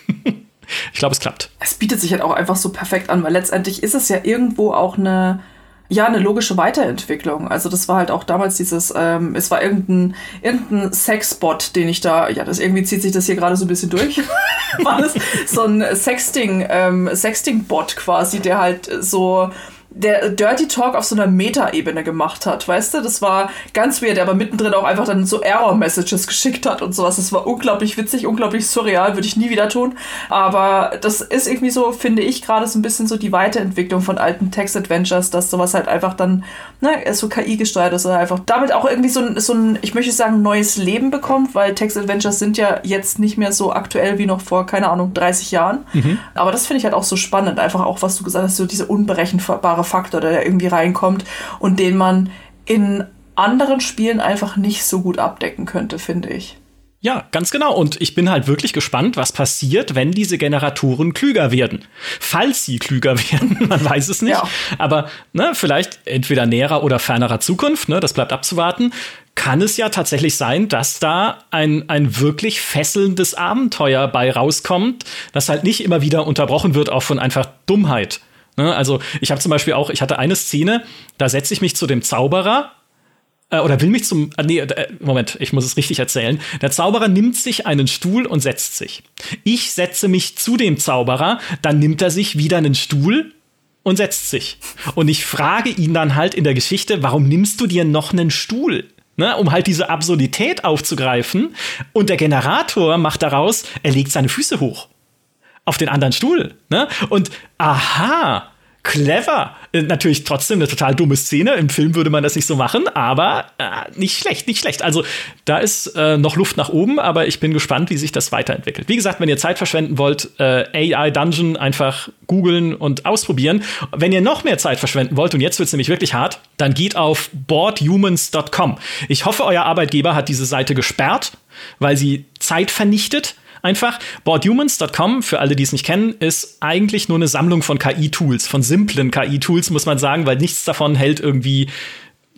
Speaker 1: ich glaube, es klappt.
Speaker 2: Es bietet sich halt auch einfach so perfekt an, weil letztendlich ist es ja irgendwo auch eine Ja, eine logische Weiterentwicklung. Also das war halt auch damals dieses, ähm, es war irgendein, irgendein Sexbot, den ich da, ja, das irgendwie zieht sich das hier gerade so ein bisschen durch. War das so ein Sexting, ähm, Sexting-Bot quasi, der halt so der Dirty Talk auf so einer Meta-Ebene gemacht hat, weißt du? Das war ganz weird, der aber mittendrin auch einfach dann so Error-Messages geschickt hat und sowas. Das war unglaublich witzig, unglaublich surreal, würde ich nie wieder tun. Aber das ist irgendwie so, finde ich, gerade so ein bisschen so die Weiterentwicklung von alten Text-Adventures, dass sowas halt einfach dann, ne, so K I gesteuert ist oder einfach damit auch irgendwie so ein, so ein, ich möchte sagen, neues Leben bekommt, weil Text-Adventures sind ja jetzt nicht mehr so aktuell wie noch vor, keine Ahnung, dreißig Jahren. Mhm. Aber das finde ich halt auch so spannend, einfach auch, was du gesagt hast, so diese unberechenbare Faktor, der da irgendwie reinkommt und den man in anderen Spielen einfach nicht so gut abdecken könnte, finde ich.
Speaker 1: Ja, ganz genau. Und ich bin halt wirklich gespannt, was passiert, wenn diese Generatoren klüger werden. Falls sie klüger werden, man weiß es nicht. Ja. Aber ne, vielleicht entweder näherer oder fernerer Zukunft, ne, das bleibt abzuwarten, kann es ja tatsächlich sein, dass da ein, ein wirklich fesselndes Abenteuer bei rauskommt, das halt nicht immer wieder unterbrochen wird, auch von einfach Dummheit. Also ich habe zum Beispiel auch, ich hatte eine Szene, da setze ich mich zu dem Zauberer äh, oder will mich zum, äh, nee, äh, Moment, ich muss es richtig erzählen. Der Zauberer nimmt sich einen Stuhl und setzt sich. Ich setze mich zu dem Zauberer, dann nimmt er sich wieder einen Stuhl und setzt sich. Und ich frage ihn dann halt in der Geschichte, warum nimmst du dir noch einen Stuhl? Ne, um halt diese Absurdität aufzugreifen. Und der Generator macht daraus, er legt seine Füße hoch auf den anderen Stuhl. Ne? Und aha, clever. Natürlich trotzdem eine total dumme Szene. Im Film würde man das nicht so machen, aber äh, nicht schlecht, nicht schlecht. Also da ist äh, noch Luft nach oben, aber ich bin gespannt, wie sich das weiterentwickelt. Wie gesagt, wenn ihr Zeit verschwenden wollt, äh, A I-Dungeon einfach googeln und ausprobieren. Wenn ihr noch mehr Zeit verschwenden wollt, und jetzt wird es nämlich wirklich hart, dann geht auf board humans dot com. Ich hoffe, euer Arbeitgeber hat diese Seite gesperrt, weil sie Zeit vernichtet. Einfach, board humans dot com, für alle, die es nicht kennen, ist eigentlich nur eine Sammlung von K I-Tools, von simplen K I-Tools, muss man sagen, weil nichts davon hält irgendwie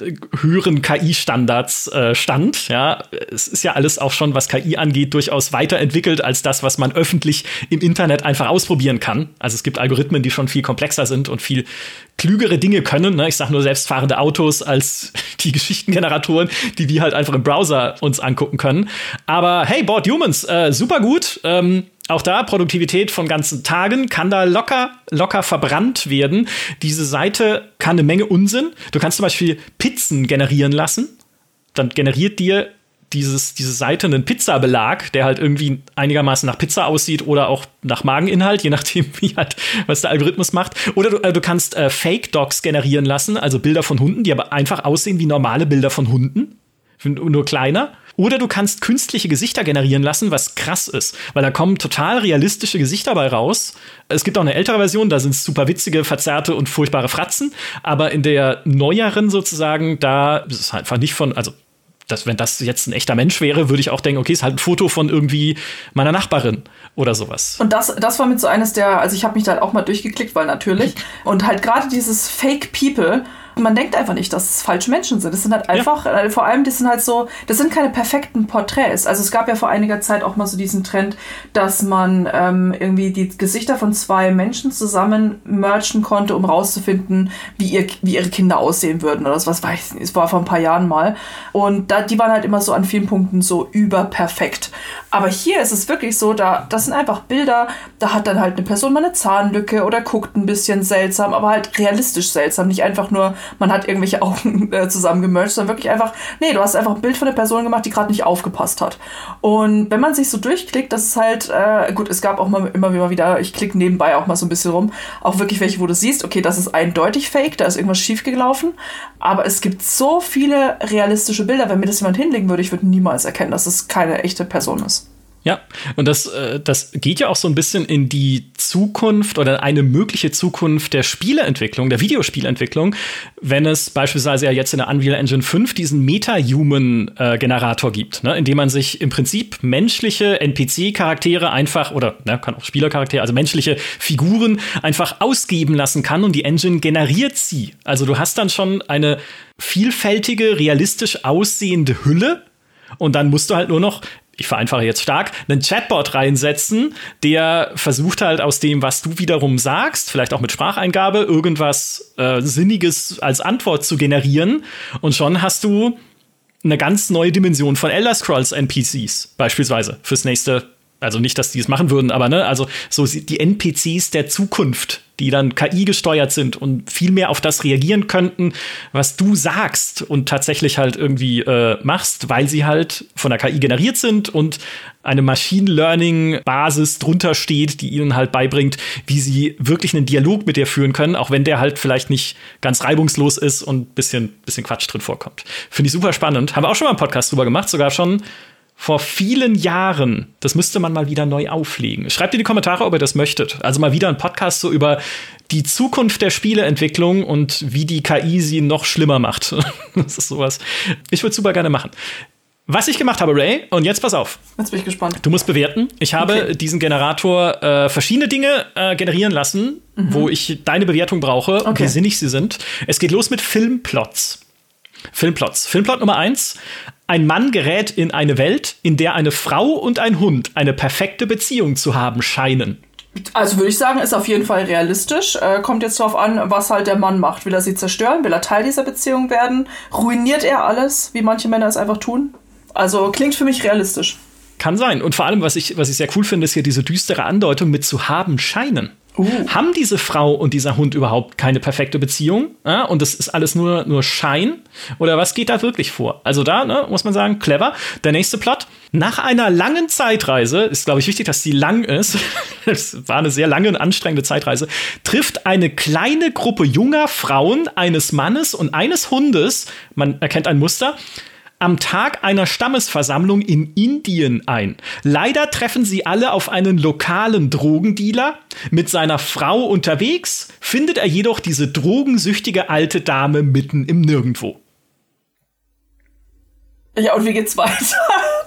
Speaker 1: höheren K I-Standards äh, stand. Ja, es ist ja alles auch schon, was K I angeht, durchaus weiterentwickelt als das, was man öffentlich im Internet einfach ausprobieren kann. Also es gibt Algorithmen, die schon viel komplexer sind und viel klügere Dinge können. Ne? Ich sage nur selbstfahrende Autos als die Geschichtengeneratoren, die wir halt einfach im Browser uns angucken können. Aber hey, Bored Humans, äh, super gut. Ähm, Auch da, Produktivität von ganzen Tagen kann da locker, locker verbrannt werden. Diese Seite kann eine Menge Unsinn. Du kannst zum Beispiel Pizzen generieren lassen. Dann generiert dir dieses, diese Seite einen Pizzabelag, der halt irgendwie einigermaßen nach Pizza aussieht oder auch nach Mageninhalt, je nachdem, wie halt, was der Algorithmus macht. Oder du, äh, du kannst äh, Fake-Docs generieren lassen, also Bilder von Hunden, die aber einfach aussehen wie normale Bilder von Hunden, nur kleiner. Oder du kannst künstliche Gesichter generieren lassen, was krass ist, weil da kommen total realistische Gesichter bei raus. Es gibt auch eine ältere Version, da sind es super witzige, verzerrte und furchtbare Fratzen. Aber in der neueren sozusagen, da ist es einfach nicht von, also das, wenn das jetzt ein echter Mensch wäre, würde ich auch denken, okay, ist halt ein Foto von irgendwie meiner Nachbarin oder sowas.
Speaker 2: Und das, das war mit so eines der, also ich habe mich da auch mal durchgeklickt, weil natürlich. Und halt gerade dieses Fake People, man denkt einfach nicht, dass es falsche Menschen sind. Das sind halt einfach, ja. vor allem, das sind halt so, das sind keine perfekten Porträts. Also es gab ja vor einiger Zeit auch mal so diesen Trend, dass man ähm, irgendwie die Gesichter von zwei Menschen zusammen mergen konnte, um rauszufinden, wie, ihr, wie ihre Kinder aussehen würden oder was weiß ich nicht. Es war vor ein paar Jahren mal. Und da, die waren halt immer so an vielen Punkten so überperfekt. Aber hier ist es wirklich so, da, das sind einfach Bilder, da hat dann halt eine Person mal eine Zahnlücke oder guckt ein bisschen seltsam, aber halt realistisch seltsam, nicht einfach nur man hat irgendwelche Augen äh, zusammen gemerged, sondern wirklich einfach, nee, du hast einfach ein Bild von der Person gemacht, die gerade nicht aufgepasst hat. Und wenn man sich so durchklickt, das ist halt, äh, gut, es gab auch mal immer wieder, ich klicke nebenbei auch mal so ein bisschen rum, auch wirklich welche, wo du siehst, okay, das ist eindeutig fake, da ist irgendwas schief gelaufen, aber es gibt so viele realistische Bilder, wenn mir das jemand hinlegen würde, ich würde niemals erkennen, dass es keine echte Person ist.
Speaker 1: Ja, und das, äh, das geht ja auch so ein bisschen in die Zukunft oder eine mögliche Zukunft der Spieleentwicklung, der Videospielentwicklung, wenn es beispielsweise ja jetzt in der Unreal Engine fünf diesen Meta-Human-Generator gibt, ne, in dem man sich im Prinzip menschliche N P C-Charaktere einfach, oder ne, kann auch Spielercharaktere, also menschliche Figuren einfach ausgeben lassen kann und die Engine generiert sie. Also du hast dann schon eine vielfältige, realistisch aussehende Hülle und dann musst du halt nur noch, ich vereinfache jetzt stark, einen Chatbot reinsetzen, der versucht halt aus dem, was du wiederum sagst, vielleicht auch mit Spracheingabe, irgendwas äh, Sinniges als Antwort zu generieren. Und schon hast du eine ganz neue Dimension von Elder Scrolls N P Cs beispielsweise fürs nächste. Also nicht, dass die es machen würden, aber ne, also so die N P Cs der Zukunft, die dann K I gesteuert sind und viel mehr auf das reagieren könnten, was du sagst und tatsächlich halt irgendwie äh, machst, weil sie halt von der K I generiert sind und eine Machine Learning Basis drunter steht, die ihnen halt beibringt, wie sie wirklich einen Dialog mit dir führen können, auch wenn der halt vielleicht nicht ganz reibungslos ist und ein bisschen, bisschen Quatsch drin vorkommt. Finde ich super spannend. Haben wir auch schon mal einen Podcast drüber gemacht, sogar schon vor vielen Jahren. Das müsste man mal wieder neu auflegen. Schreibt in die Kommentare, ob ihr das möchtet. Also mal wieder ein Podcast so über die Zukunft der Spieleentwicklung und wie die K I sie noch schlimmer macht. Das ist sowas. Ich würde super gerne machen. Was ich gemacht habe, Ray, und jetzt pass auf.
Speaker 2: Jetzt bin ich gespannt.
Speaker 1: Du musst bewerten. Ich habe okay. diesen Generator äh, verschiedene Dinge äh, generieren lassen, mhm. wo ich deine Bewertung brauche, okay. wie sinnig sie sind. Es geht los mit Filmplots. Filmplots. Filmplot Nummer eins. Ein Mann gerät in eine Welt, in der eine Frau und ein Hund eine perfekte Beziehung zu haben scheinen.
Speaker 2: Also würde ich sagen, ist auf jeden Fall realistisch. Äh, kommt jetzt darauf an, was halt der Mann macht. Will er sie zerstören? Will er Teil dieser Beziehung werden? Ruiniert er alles, wie manche Männer es einfach tun? Also klingt für mich realistisch.
Speaker 1: Kann sein. Und vor allem, was ich, was ich sehr cool finde, ist hier diese düstere Andeutung mit zu haben scheinen. Uh. Haben diese Frau und dieser Hund überhaupt keine perfekte Beziehung? Ja, und das ist alles nur, nur Schein? Oder was geht da wirklich vor? Also da, ne, muss man sagen, clever. Der nächste Plot. Nach einer langen Zeitreise, ist, glaube ich, wichtig, dass die lang ist, es war eine sehr lange und anstrengende Zeitreise, trifft eine kleine Gruppe junger Frauen, eines Mannes und eines Hundes, man erkennt ein Muster, am Tag einer Stammesversammlung in Indien ein. Leider treffen sie alle auf einen lokalen Drogendealer. Mit seiner Frau unterwegs findet er jedoch diese drogensüchtige alte Dame mitten im Nirgendwo.
Speaker 2: Ja, und wie geht's weiter?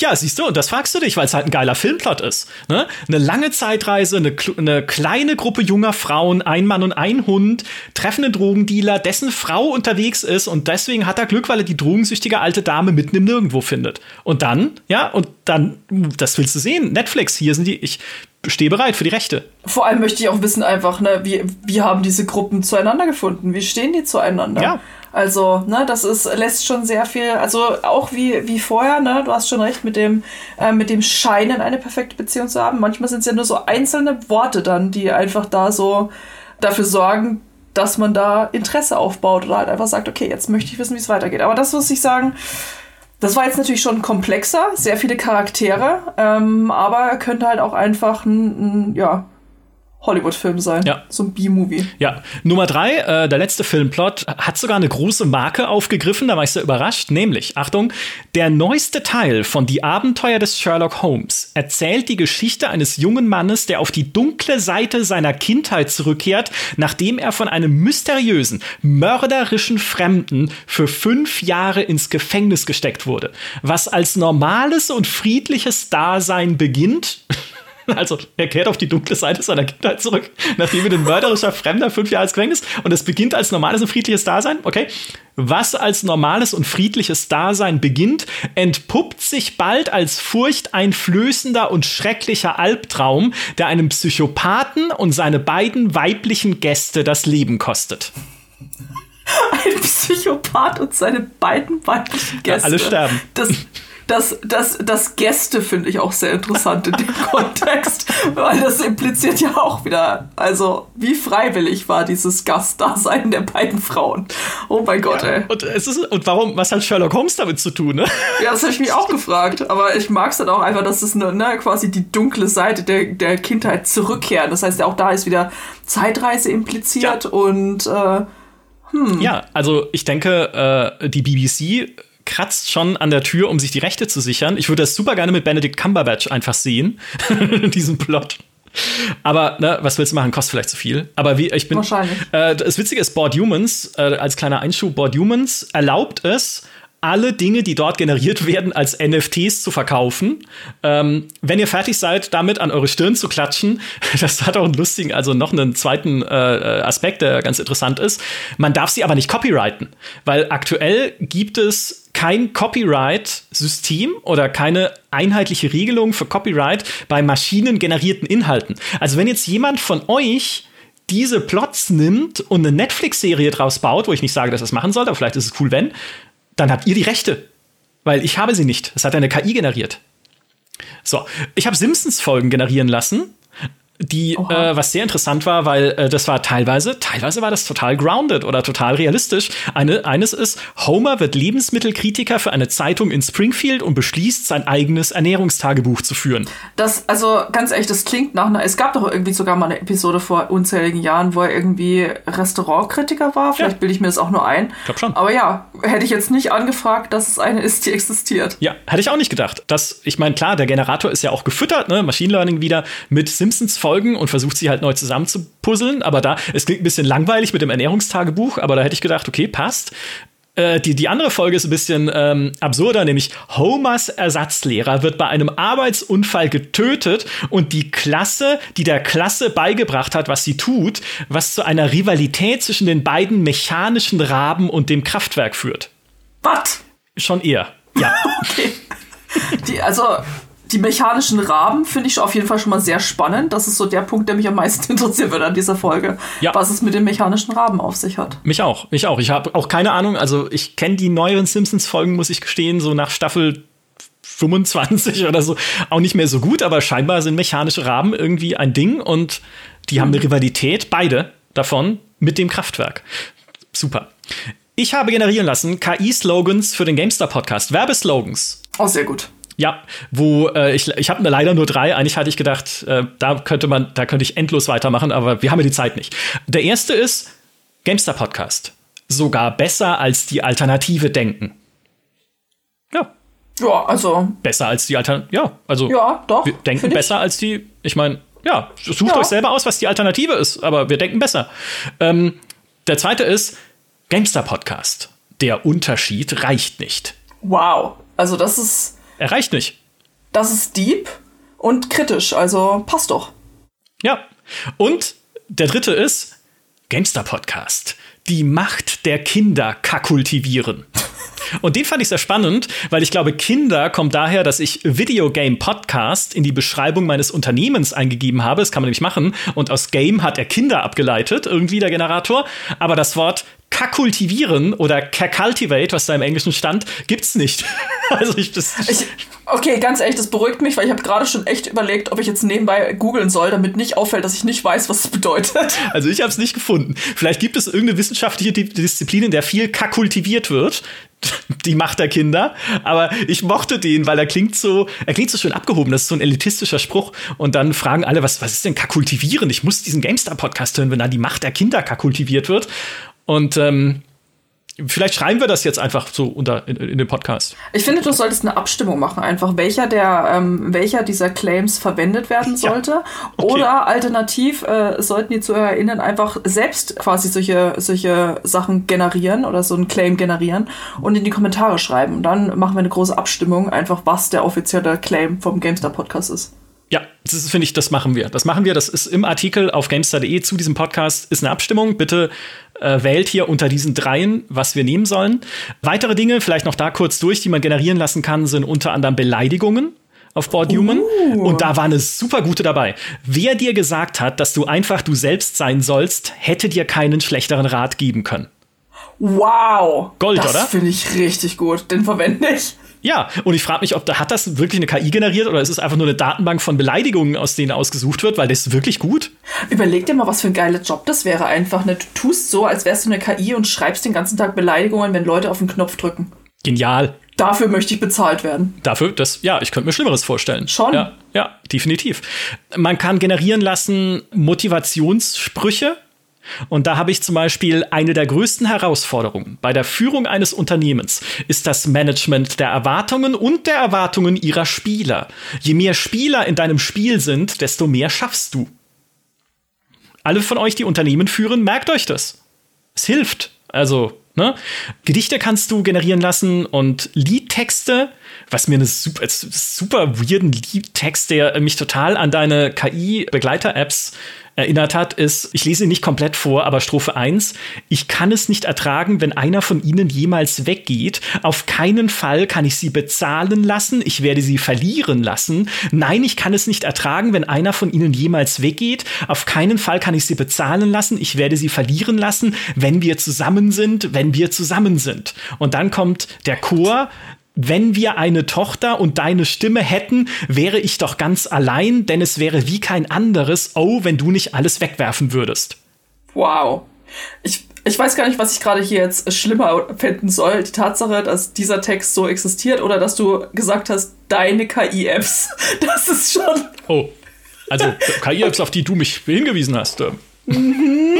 Speaker 1: Ja, siehst du, und das fragst du dich, weil es halt ein geiler Filmplot ist. Ne? Eine lange Zeitreise, eine, eine kleine Gruppe junger Frauen, ein Mann und ein Hund, treffen einen Drogendealer, dessen Frau unterwegs ist und deswegen hat er Glück, weil er die drogensüchtige alte Dame mitten im Nirgendwo findet. Und dann, ja, und dann, das willst du sehen, Netflix, hier sind die, ich stehe bereit für die Rechte.
Speaker 2: Vor allem möchte ich auch wissen einfach, ne, wie, wie haben diese Gruppen zueinander gefunden? Wie stehen die zueinander?
Speaker 1: Ja.
Speaker 2: Also, ne, das ist, lässt schon sehr viel, also auch wie, wie vorher, ne, du hast schon recht mit dem, äh, mit dem Scheinen, eine perfekte Beziehung zu haben. Manchmal sind es ja nur so einzelne Worte dann, die einfach da so dafür sorgen, dass man da Interesse aufbaut oder halt einfach sagt, okay, jetzt möchte ich wissen, wie es weitergeht. Aber das muss ich sagen, das war jetzt natürlich schon komplexer, sehr viele Charaktere, ähm, aber könnte halt auch einfach ein, ein ja, Hollywood-Film sein.
Speaker 1: Ja.
Speaker 2: So ein B-Movie.
Speaker 1: Ja. Nummer drei, äh, der letzte Filmplot, hat sogar eine große Marke aufgegriffen, da war ich sehr überrascht, nämlich, Achtung, der neueste Teil von Die Abenteuer des Sherlock Holmes erzählt die Geschichte eines jungen Mannes, der auf die dunkle Seite seiner Kindheit zurückkehrt, nachdem er von einem mysteriösen, mörderischen Fremden für fünf Jahre ins Gefängnis gesteckt wurde. Was als normales und friedliches Dasein beginnt. Also, er kehrt auf die dunkle Seite seiner Kindheit zurück, nachdem er ein mörderischer Fremder fünf Jahre ins Gefängnis und es beginnt als normales und friedliches Dasein, okay? Was als normales und friedliches Dasein beginnt, entpuppt sich bald als furchteinflößender und schrecklicher Albtraum, der einem Psychopathen und seine beiden weiblichen Gäste das Leben kostet.
Speaker 2: Ein Psychopath und seine beiden weiblichen Gäste.
Speaker 1: Ja, alle sterben.
Speaker 2: Das Das, das, das Gäste finde ich auch sehr interessant in dem Kontext, weil das impliziert ja auch wieder, also wie freiwillig war dieses Gastdasein der beiden Frauen. Oh mein Gott,
Speaker 1: ja,
Speaker 2: ey.
Speaker 1: Und, es ist, und warum, was hat Sherlock Holmes damit zu tun, ne?
Speaker 2: Ja, das habe ich mich auch gefragt, aber ich mag es dann auch einfach, dass es ne, ne, quasi die dunkle Seite der, der Kindheit zurückkehrt. Das heißt, auch da ist wieder Zeitreise impliziert ja. und äh, hm.
Speaker 1: Ja, also ich denke, äh, die B B C kratzt schon an der Tür, um sich die Rechte zu sichern. Ich würde das super gerne mit Benedict Cumberbatch einfach sehen, diesen Plot. Aber, ne, was willst du machen? Kostet vielleicht zu viel. Aber wie, ich bin.
Speaker 2: Wahrscheinlich.
Speaker 1: Äh, das Witzige ist, Board Humans, äh, als kleiner Einschub, Board Humans erlaubt es, alle Dinge, die dort generiert werden, als N F Ts zu verkaufen. Ähm, wenn ihr fertig seid, damit an eure Stirn zu klatschen, das hat auch einen lustigen, also noch einen zweiten äh, Aspekt, der ganz interessant ist. Man darf sie aber nicht copyrighten, weil aktuell gibt es kein Copyright-System oder keine einheitliche Regelung für Copyright bei maschinengenerierten Inhalten. Also wenn jetzt jemand von euch diese Plots nimmt und eine Netflix-Serie draus baut, wo ich nicht sage, dass das machen sollte, aber vielleicht ist es cool, wenn, dann habt ihr die Rechte. Weil ich habe sie nicht. Das hat eine K I generiert. So, ich habe Simpsons-Folgen generieren lassen, die, äh, was sehr interessant war, weil äh, das war teilweise, teilweise war das total grounded oder total realistisch. Eine, eines ist, Homer wird Lebensmittelkritiker für eine Zeitung in Springfield und beschließt, sein eigenes Ernährungstagebuch zu führen.
Speaker 2: Das, also ganz ehrlich, das klingt nach einer, es gab doch irgendwie sogar mal eine Episode vor unzähligen Jahren, wo er irgendwie Restaurantkritiker war. Vielleicht ja. bilde ich mir das auch nur ein.
Speaker 1: Ich glaub schon.
Speaker 2: Aber ja, hätte ich jetzt nicht angefragt, dass es eine ist, die existiert.
Speaker 1: Ja, hätte ich auch nicht gedacht. Das, ich meine, klar, der Generator ist ja auch gefüttert, ne, Machine Learning wieder mit Simpsons-Folgen und versucht sie halt neu zusammenzupuzzeln. Aber da, es klingt ein bisschen langweilig mit dem Ernährungstagebuch, aber da hätte ich gedacht, okay, passt. Äh, die, die andere Folge ist ein bisschen ähm, absurder, nämlich Homers Ersatzlehrer wird bei einem Arbeitsunfall getötet und die Klasse, die der Klasse beigebracht hat, was sie tut, was zu einer Rivalität zwischen den beiden mechanischen Raben und dem Kraftwerk führt.
Speaker 2: Was?
Speaker 1: Schon eher, ja.
Speaker 2: Okay. Die, also Die mechanischen Raben finde ich auf jeden Fall schon mal sehr spannend. Das ist so der Punkt, der mich am meisten interessieren würde an dieser Folge. Ja. Was es mit den mechanischen Raben auf sich hat.
Speaker 1: Mich auch, mich auch. Ich habe auch keine Ahnung. Also ich kenne die neueren Simpsons-Folgen, muss ich gestehen, so nach Staffel fünfundzwanzig oder so auch nicht mehr so gut. Aber scheinbar sind mechanische Raben irgendwie ein Ding. Und die mhm. haben eine Rivalität, beide davon, mit dem Kraftwerk. Super. Ich habe generieren lassen K I-Slogans für den GameStar-Podcast. Werbeslogans.
Speaker 2: Oh, sehr gut.
Speaker 1: Ja, wo äh, ich, ich habe leider nur drei. Eigentlich hatte ich gedacht, äh, da könnte man, da könnte ich endlos weitermachen, aber wir haben ja die Zeit nicht. Der erste ist GameStar Podcast. Sogar besser als die Alternative denken. Ja.
Speaker 2: Ja, also.
Speaker 1: Besser als die Alternative. Ja, also.
Speaker 2: Ja, doch.
Speaker 1: Wir denken besser als die. Ich meine, ja, sucht ja. euch selber aus, was die Alternative ist, aber wir denken besser. Ähm, der zweite ist GameStar Podcast. Der Unterschied reicht nicht.
Speaker 2: Wow. Also, das ist.
Speaker 1: Er reicht nicht.
Speaker 2: Das ist deep und kritisch, also passt doch.
Speaker 1: Ja, und der dritte ist GameStar Podcast. Die Macht der Kinder kakultivieren. Und den fand ich sehr spannend, weil ich glaube, Kinder kommt daher, dass ich Videogame Podcast in die Beschreibung meines Unternehmens eingegeben habe. Das kann man nämlich machen. Und aus Game hat er Kinder abgeleitet, irgendwie der Generator. Aber das Wort kakultivieren oder kacultivate, was da im Englischen stand, gibt's nicht. Also ich, das
Speaker 2: ich, okay, ganz ehrlich, das beruhigt mich, weil ich habe gerade schon echt überlegt, ob ich jetzt nebenbei googeln soll, damit nicht auffällt, dass ich nicht weiß, was es bedeutet.
Speaker 1: Also ich habe es nicht gefunden. Vielleicht gibt es irgendeine wissenschaftliche Disziplin, in der viel kakultiviert wird. Die Macht der Kinder. Aber ich mochte den, weil er klingt so, er klingt so schön abgehoben. Das ist so ein elitistischer Spruch. Und dann fragen alle, was, was ist denn kakultivieren? Ich muss diesen GameStar-Podcast hören, wenn da die Macht der Kinder kakultiviert wird. Und ähm, vielleicht schreiben wir das jetzt einfach so unter in, in den Podcast.
Speaker 2: Ich finde, du solltest eine Abstimmung machen, einfach welcher der ähm, welcher dieser Claims verwendet werden sollte. Ja, okay. Oder alternativ äh, sollten die ZuhörerInnen einfach selbst quasi solche, solche Sachen generieren oder so einen Claim generieren und in die Kommentare schreiben. Und dann machen wir eine große Abstimmung, einfach was der offizielle Claim vom GameStar-Podcast ist.
Speaker 1: Ja, das finde ich, das machen wir. Das machen wir. Das ist im Artikel auf GameStar punkt de zu diesem Podcast ist eine Abstimmung. Bitte äh, wählt hier unter diesen dreien, was wir nehmen sollen. Weitere Dinge, vielleicht noch da kurz durch, die man generieren lassen kann, sind unter anderem Beleidigungen auf Boardhuman. Uh. Und da war eine super gute dabei. Wer dir gesagt hat, dass du einfach du selbst sein sollst, hätte dir keinen schlechteren Rat geben können.
Speaker 2: Wow.
Speaker 1: Gold,
Speaker 2: das
Speaker 1: oder?
Speaker 2: Das finde ich richtig gut. Den verwende ich.
Speaker 1: Ja, und ich frage mich, ob da hat das wirklich eine K I generiert oder ist es einfach nur eine Datenbank von Beleidigungen, aus denen ausgesucht wird, weil das ist wirklich gut.
Speaker 2: Überleg dir mal, was für ein geiler Job das wäre einfach. Ne? Du tust so, als wärst du eine K I und schreibst den ganzen Tag Beleidigungen, wenn Leute auf den Knopf drücken.
Speaker 1: Genial.
Speaker 2: Dafür möchte ich bezahlt werden.
Speaker 1: Dafür, das, ja, ich könnte mir Schlimmeres vorstellen.
Speaker 2: Schon?
Speaker 1: Ja, ja, definitiv. Man kann generieren lassen Motivationssprüche. Und da habe ich zum Beispiel eine der größten Herausforderungen bei der Führung eines Unternehmens ist das Management der Erwartungen und der Erwartungen ihrer Spieler. Je mehr Spieler in deinem Spiel sind, desto mehr schaffst du. Alle von euch, die Unternehmen führen, merkt euch das. Es hilft. Also, ne? Gedichte kannst du generieren lassen und Liedtexte, was mir eine super, super weirden Liedtext, der mich total an deine K I-Begleiter-Apps erinnert hat, ist, ich lese ihn nicht komplett vor, aber Strophe eins. Ich kann es nicht ertragen, wenn einer von ihnen jemals weggeht. Auf keinen Fall kann ich sie bezahlen lassen. Ich werde sie verlieren lassen. Nein, ich kann es nicht ertragen, wenn einer von ihnen jemals weggeht. Auf keinen Fall kann ich sie bezahlen lassen. Ich werde sie verlieren lassen, wenn wir zusammen sind, wenn wir zusammen sind. Und dann kommt der Chor. Wenn wir eine Tochter und deine Stimme hätten, wäre ich doch ganz allein, denn es wäre wie kein anderes. Oh, wenn du nicht alles wegwerfen würdest.
Speaker 2: Wow. Ich, ich weiß gar nicht, was ich gerade hier jetzt schlimmer finden soll. Die Tatsache, dass dieser Text so existiert oder dass du gesagt hast, deine K I-Apps. Das ist schon...
Speaker 1: Oh, also K I-Apps, auf die du mich hingewiesen hast.
Speaker 2: Mhm.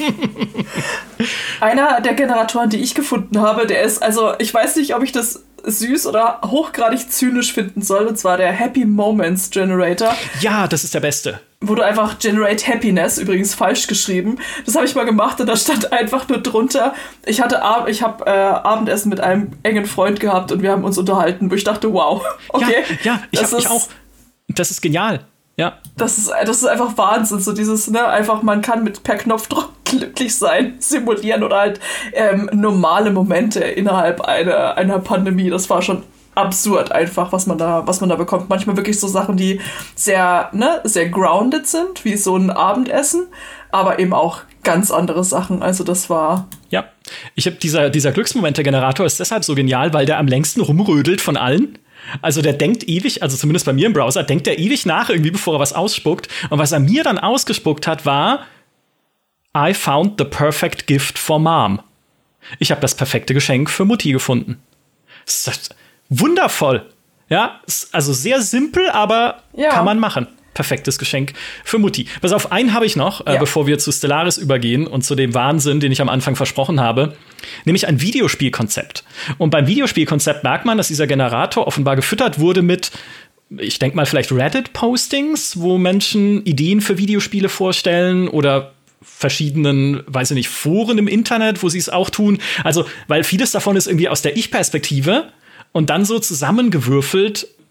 Speaker 2: Einer der Generatoren, die ich gefunden habe, der ist, also ich weiß nicht, ob ich das süß oder hochgradig zynisch finden soll, und zwar der Happy Moments Generator.
Speaker 1: Ja, das ist der beste.
Speaker 2: Wo du einfach Generate Happiness, übrigens falsch geschrieben, das habe ich mal gemacht und da stand einfach nur drunter, ich hatte Ab- ich habe äh, Abendessen mit einem engen Freund gehabt und wir haben uns unterhalten, wo ich dachte, wow, okay.
Speaker 1: Ja, ja ich habe mich auch, das ist genial. Ja.
Speaker 2: Das ist, das ist einfach Wahnsinn, so dieses, ne, einfach, man kann mit per Knopfdruck glücklich sein, simulieren oder halt ähm, normale Momente innerhalb einer, einer Pandemie. Das war schon absurd einfach, was man da, was man da bekommt. Manchmal wirklich so Sachen, die sehr, ne, sehr grounded sind, wie so ein Abendessen, aber eben auch ganz andere Sachen. Also das war...
Speaker 1: Ja, ich habe dieser, dieser Glücksmomente-Generator ist deshalb so genial, weil der am längsten rumrödelt von allen. Also der denkt ewig, also zumindest bei mir im Browser, denkt er ewig nach irgendwie, bevor er was ausspuckt. Und was er mir dann ausgespuckt hat, war I found the perfect gift for Mom. Ich habe das perfekte Geschenk für Mutti gefunden. Das ist wundervoll. Ja, also sehr simpel, aber ja. Kann man machen. Perfektes Geschenk für Mutti. Pass auf, einen habe ich noch, ja. äh, bevor wir zu Stellaris übergehen und zu dem Wahnsinn, den ich am Anfang versprochen habe. Nämlich ein Videospielkonzept. Und beim Videospielkonzept merkt man, dass dieser Generator offenbar gefüttert wurde mit, ich denke mal, vielleicht Reddit-Postings, wo Menschen Ideen für Videospiele vorstellen oder verschiedenen, weiß ich nicht, Foren im Internet, wo sie es auch tun. Also, weil vieles davon ist irgendwie aus der Ich-Perspektive und dann so zusammengewürfelt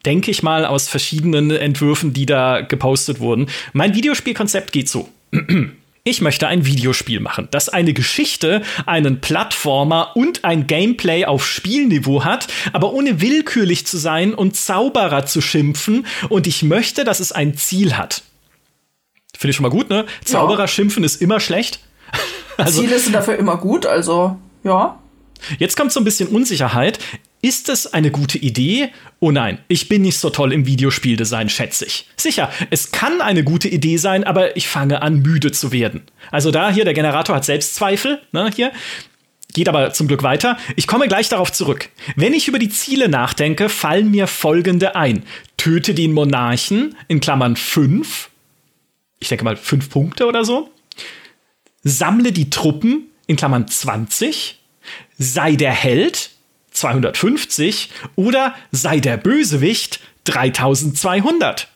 Speaker 1: denke ich mal, aus verschiedenen Entwürfen, die da gepostet wurden. Mein Videospielkonzept geht so. Ich möchte ein Videospiel machen, das eine Geschichte, einen Plattformer und ein Gameplay auf Spielniveau hat, aber ohne willkürlich zu sein und Zauberer zu schimpfen. Und ich möchte, dass es ein Ziel hat. Finde ich schon mal gut, ne? Zauberer ja. schimpfen ist immer schlecht.
Speaker 2: Also, Ziele sind dafür immer gut, also ja.
Speaker 1: Jetzt kommt so ein bisschen Unsicherheit. Ist es eine gute Idee? Oh nein, ich bin nicht so toll im Videospieldesign, schätze ich. Sicher, es kann eine gute Idee sein, aber ich fange an, müde zu werden. Also da hier, der Generator hat Selbstzweifel, ne, hier. Geht aber zum Glück weiter. Ich komme gleich darauf zurück. Wenn ich über die Ziele nachdenke, fallen mir folgende ein. Töte den Monarchen, in Klammern fünf. Ich denke mal fünf Punkte oder so. Sammle die Truppen, in Klammern zwanzig. Sei der Held, zweihundertfünfzig, oder sei der Bösewicht, dreitausendzweihundert.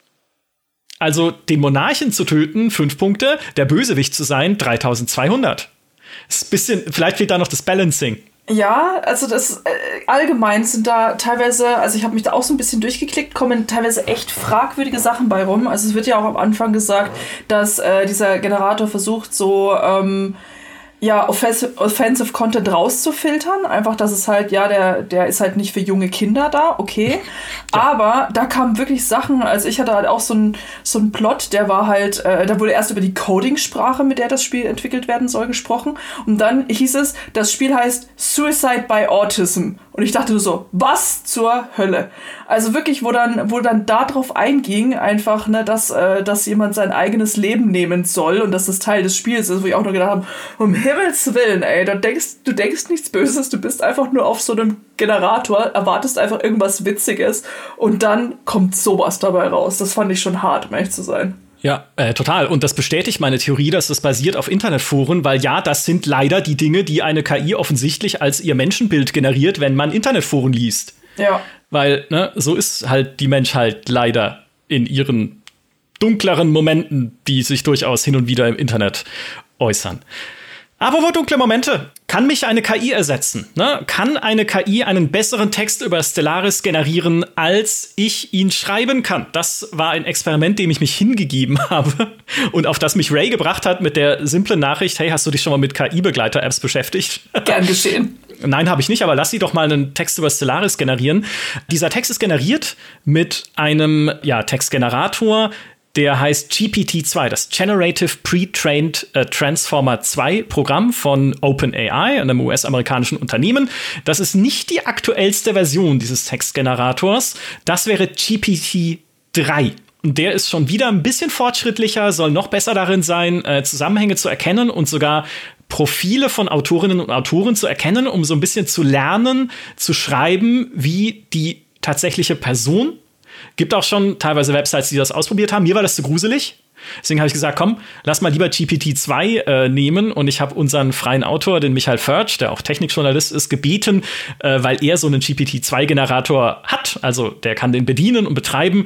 Speaker 1: Also den Monarchen zu töten, fünf Punkte, der Bösewicht zu sein, dreitausendzweihundert. Ist ein bisschen, vielleicht fehlt da noch das Balancing.
Speaker 2: Ja, also das äh, allgemein sind da teilweise, also ich habe mich da auch so ein bisschen durchgeklickt, kommen teilweise echt fragwürdige Sachen bei rum. Also es wird ja auch am Anfang gesagt, dass äh, dieser Generator versucht, so ähm, ja, offensive, offensive Content rauszufiltern. Einfach, dass es halt, ja, der, der ist halt nicht für junge Kinder da, okay. Ja. Aber da kamen wirklich Sachen, also ich hatte halt auch so einen so einen Plot, der war halt, äh, da wurde erst über die Coding-Sprache, mit der das Spiel entwickelt werden soll, gesprochen. Und dann hieß es, das Spiel heißt Suicide by Autism. Und ich dachte so, was zur Hölle? Also wirklich, wo dann, wo dann da drauf einging, einfach, ne, dass, äh, dass jemand sein eigenes Leben nehmen soll und dass das Teil des Spiels ist, wo ich auch nur gedacht habe, um Himmels Willen, ey, du denkst, du denkst nichts Böses, du bist einfach nur auf so einem Generator, erwartest einfach irgendwas Witziges und dann kommt sowas dabei raus. Das fand ich schon hart, um ehrlich zu sein.
Speaker 1: Ja, äh, total. Und das bestätigt meine Theorie, dass das basiert auf Internetforen, weil ja, das sind leider die Dinge, die eine K I offensichtlich als ihr Menschenbild generiert, wenn man Internetforen liest.
Speaker 2: Ja. Weil,
Speaker 1: ne, so ist halt die Menschheit leider in ihren dunkleren Momenten, die sich durchaus hin und wieder im Internet äußern. Aber wo dunkle Momente? Kann mich eine K I ersetzen? Ne? Kann eine K I einen besseren Text über Stellaris generieren, als ich ihn schreiben kann? Das war ein Experiment, dem ich mich hingegeben habe und auf das mich Ray gebracht hat mit der simplen Nachricht, hey, hast du dich schon mal mit K I-Begleiter-Apps beschäftigt?
Speaker 2: Gern geschehen.
Speaker 1: Nein, habe ich nicht, aber lass sie doch mal einen Text über Stellaris generieren. Dieser Text ist generiert mit einem ja, Textgenerator, der heißt G P T zwei, das Generative Pre-Trained äh, Transformer zwei Programm von OpenAI, einem U S-amerikanischen Unternehmen. Das ist nicht die aktuellste Version dieses Textgenerators. Das wäre G P T drei. Und der ist schon wieder ein bisschen fortschrittlicher, soll noch besser darin sein, äh, Zusammenhänge zu erkennen und sogar Profile von Autorinnen und Autoren zu erkennen, um so ein bisschen zu lernen, zu schreiben, wie die tatsächliche Person. Gibt auch schon teilweise Websites, die das ausprobiert haben. Mir war das zu gruselig. Deswegen habe ich gesagt, komm, lass mal lieber G P T zwei äh, nehmen. Und ich habe unseren freien Autor, den Michael Förtsch, der auch Technikjournalist ist, gebeten, äh, weil er so einen G P T zwei Generator hat. Also der kann den bedienen und betreiben.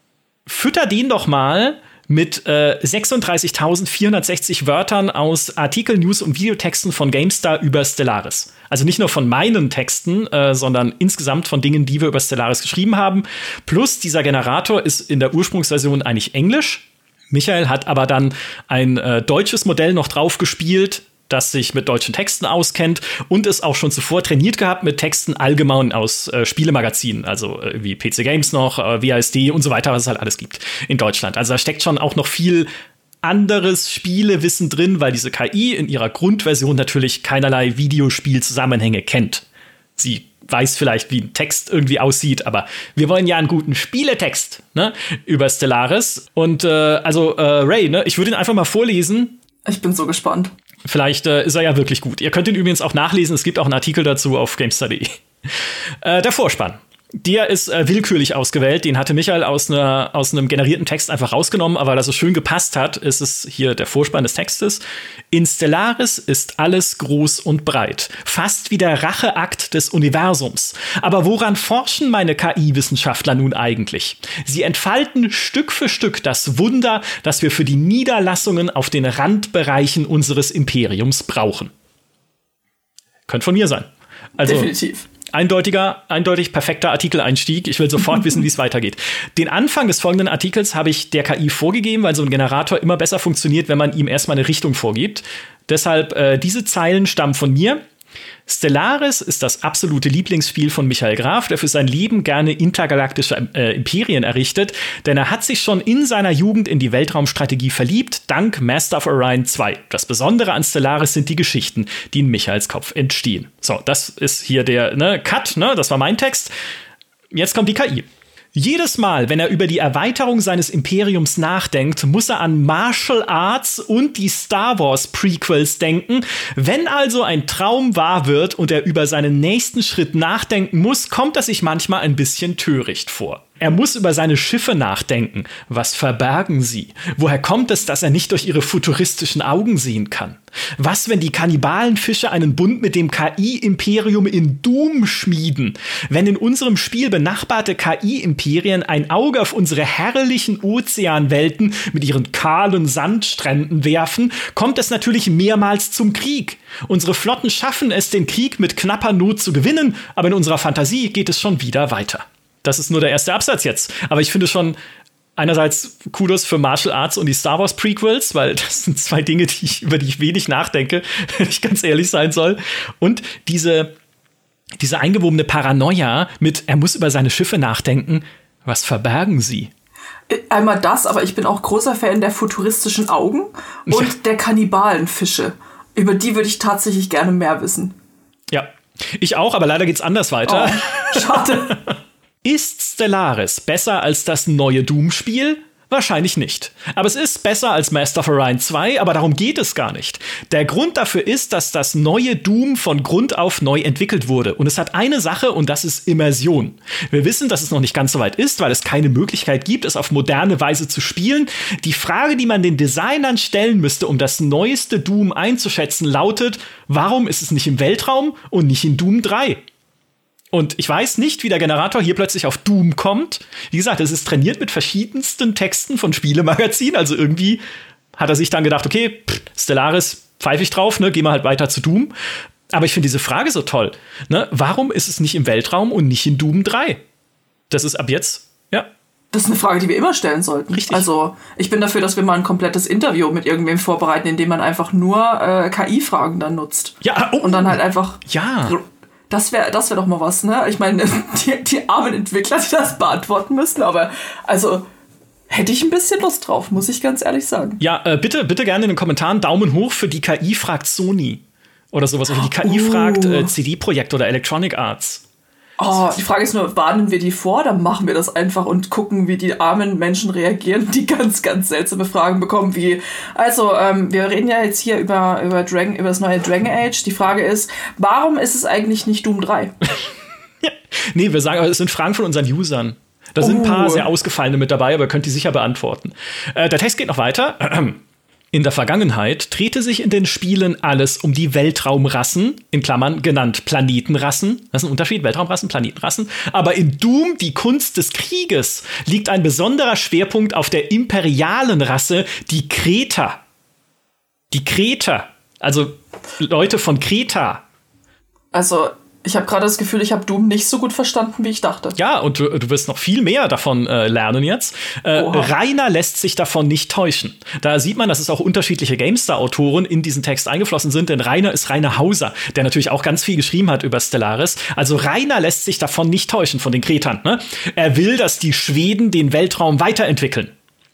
Speaker 1: Fütter den doch mal mit äh, sechsunddreißigtausendvierhundertsechzig Wörtern aus Artikel, News und Videotexten von GameStar über Stellaris. Also nicht nur von meinen Texten, äh, sondern insgesamt von Dingen, die wir über Stellaris geschrieben haben. Plus dieser Generator ist in der Ursprungsversion eigentlich Englisch. Michael hat aber dann ein äh, deutsches Modell noch drauf gespielt, das sich mit deutschen Texten auskennt und es auch schon zuvor trainiert gehabt mit Texten allgemein aus äh, Spielemagazinen, also äh, wie P C Games noch, äh, W A S D und so weiter, was es halt alles gibt in Deutschland. Also da steckt schon auch noch viel anderes Spielewissen drin, weil diese K I in ihrer Grundversion natürlich keinerlei Videospielzusammenhänge kennt. Sie weiß vielleicht, wie ein Text irgendwie aussieht, aber wir wollen ja einen guten Spieletext, ne, über Stellaris. Und äh, also äh, Ray, ne, ich würde ihn einfach mal vorlesen.
Speaker 2: Ich bin so gespannt.
Speaker 1: Vielleicht äh, ist er ja wirklich gut. Ihr könnt ihn übrigens auch nachlesen. Es gibt auch einen Artikel dazu auf GameStar punkt de. Äh, der Vorspann. Der ist äh, willkürlich ausgewählt. Den hatte Michael aus, einer, aus einem generierten Text einfach rausgenommen. Aber weil das so schön gepasst hat, ist es hier der Vorspann des Textes. In Stellaris ist alles groß und breit. Fast wie der Racheakt des Universums. Aber woran forschen meine K I-Wissenschaftler nun eigentlich? Sie entfalten Stück für Stück das Wunder, das wir für die Niederlassungen auf den Randbereichen unseres Imperiums brauchen. Könnte von mir sein. Also,
Speaker 2: definitiv.
Speaker 1: Eindeutiger, eindeutig perfekter Artikeleinstieg. Ich will sofort wissen, wie es weitergeht. Den Anfang des folgenden Artikels habe ich der K I vorgegeben, weil so ein Generator immer besser funktioniert, wenn man ihm erstmal eine Richtung vorgibt. Deshalb, äh, diese Zeilen stammen von mir. Stellaris ist das absolute Lieblingsspiel von Michael Graf, der für sein Leben gerne intergalaktische äh, Imperien errichtet, denn er hat sich schon in seiner Jugend in die Weltraumstrategie verliebt, dank Master of Orion zwei. Das Besondere an Stellaris sind die Geschichten, die in Michaels Kopf entstehen. So, das ist hier der ne, Cut, ne, das war mein Text. Jetzt kommt die K I. Jedes Mal, wenn er über die Erweiterung seines Imperiums nachdenkt, muss er an Martial Arts und die Star Wars Prequels denken. Wenn also ein Traum wahr wird und er über seinen nächsten Schritt nachdenken muss, kommt er sich manchmal ein bisschen töricht vor. Er muss über seine Schiffe nachdenken. Was verbergen sie? Woher kommt es, dass er nicht durch ihre futuristischen Augen sehen kann? Was, wenn die Kannibalenfische einen Bund mit dem K I-Imperium in Doom schmieden? Wenn in unserem Spiel benachbarte K I-Imperien ein Auge auf unsere herrlichen Ozeanwelten mit ihren kahlen Sandstränden werfen, kommt es natürlich mehrmals zum Krieg. Unsere Flotten schaffen es, den Krieg mit knapper Not zu gewinnen, aber in unserer Fantasie geht es schon wieder weiter. Das ist nur der erste Absatz jetzt. Aber ich finde schon einerseits Kudos für Martial Arts und die Star Wars Prequels, weil das sind zwei Dinge, die ich, über die ich wenig nachdenke, wenn ich ganz ehrlich sein soll. Und diese, diese eingewobene Paranoia mit, er muss über seine Schiffe nachdenken. Was verbergen sie?
Speaker 2: Einmal das, aber ich bin auch großer Fan der futuristischen Augen und ja. der Kannibalenfische. Über die würde ich tatsächlich gerne mehr wissen.
Speaker 1: Ja, ich auch, aber leider geht's anders weiter.
Speaker 2: Oh, schade.
Speaker 1: Ist Stellaris besser als das neue Doom-Spiel? Wahrscheinlich nicht. Aber es ist besser als Master of Orion zwei, aber darum geht es gar nicht. Der Grund dafür ist, dass das neue Doom von Grund auf neu entwickelt wurde. Und es hat eine Sache, und das ist Immersion. Wir wissen, dass es noch nicht ganz so weit ist, weil es keine Möglichkeit gibt, es auf moderne Weise zu spielen. Die Frage, die man den Designern stellen müsste, um das neueste Doom einzuschätzen, lautet, warum ist es nicht im Weltraum und nicht in Doom drei? Und ich weiß nicht, wie der Generator hier plötzlich auf Doom kommt. Wie gesagt, es ist trainiert mit verschiedensten Texten von Spielemagazinen. Also irgendwie hat er sich dann gedacht, okay, pff, Stellaris pfeife ich drauf, ne, gehen wir halt weiter zu Doom. Aber ich finde diese Frage so toll. Ne? Warum ist es nicht im Weltraum und nicht in Doom drei? Das ist ab jetzt, ja.
Speaker 2: Das ist eine Frage, die wir immer stellen sollten.
Speaker 1: Richtig.
Speaker 2: Also ich bin dafür, dass wir mal ein komplettes Interview mit irgendwem vorbereiten, indem man einfach nur äh, K I-Fragen dann nutzt.
Speaker 1: Ja, oh.
Speaker 2: Und dann halt einfach...
Speaker 1: Ja.
Speaker 2: Das wäre das wär doch mal was, ne? Ich meine, die, die armen Entwickler, die das beantworten müssen, aber also hätte ich ein bisschen Lust drauf, muss ich ganz ehrlich sagen.
Speaker 1: Ja, äh, bitte, bitte gerne in den Kommentaren Daumen hoch für die K I fragt Sony oder sowas. Oder die K I uh. fragt äh, C D Projekt oder Electronic Arts.
Speaker 2: Oh, die Frage ist nur, warnen wir die vor, dann machen wir das einfach und gucken, wie die armen Menschen reagieren, die ganz, ganz seltsame Fragen bekommen, wie, also, ähm, wir reden ja jetzt hier über, über, Dragon, über das neue Dragon Age. Die Frage ist, warum ist es eigentlich nicht Doom drei?
Speaker 1: Ja. Nee, wir sagen, es sind Fragen von unseren Usern. Da sind oh. ein paar sehr ausgefallene mit dabei, aber ihr könnt die sicher beantworten. Äh, der Text geht noch weiter. In der Vergangenheit drehte sich in den Spielen alles um die Weltraumrassen, in Klammern genannt Planetenrassen. Das ist ein Unterschied, Weltraumrassen, Planetenrassen. Aber in Doom, die Kunst des Krieges, liegt ein besonderer Schwerpunkt auf der imperialen Rasse, die Kreter. Die Kreter, also Leute von Kreta.
Speaker 2: Also ich habe gerade das Gefühl, ich habe Doom nicht so gut verstanden, wie ich dachte.
Speaker 1: Ja, und du, du wirst noch viel mehr davon äh, lernen jetzt. Äh, Rainer lässt sich davon nicht täuschen. Da sieht man, dass es auch unterschiedliche GameStar-Autoren in diesen Text eingeflossen sind, denn Rainer ist Rainer Hauser, der natürlich auch ganz viel geschrieben hat über Stellaris. Also Rainer lässt sich davon nicht täuschen, von den Kretern. Ne? Er will, dass die Schweden den Weltraum weiterentwickeln.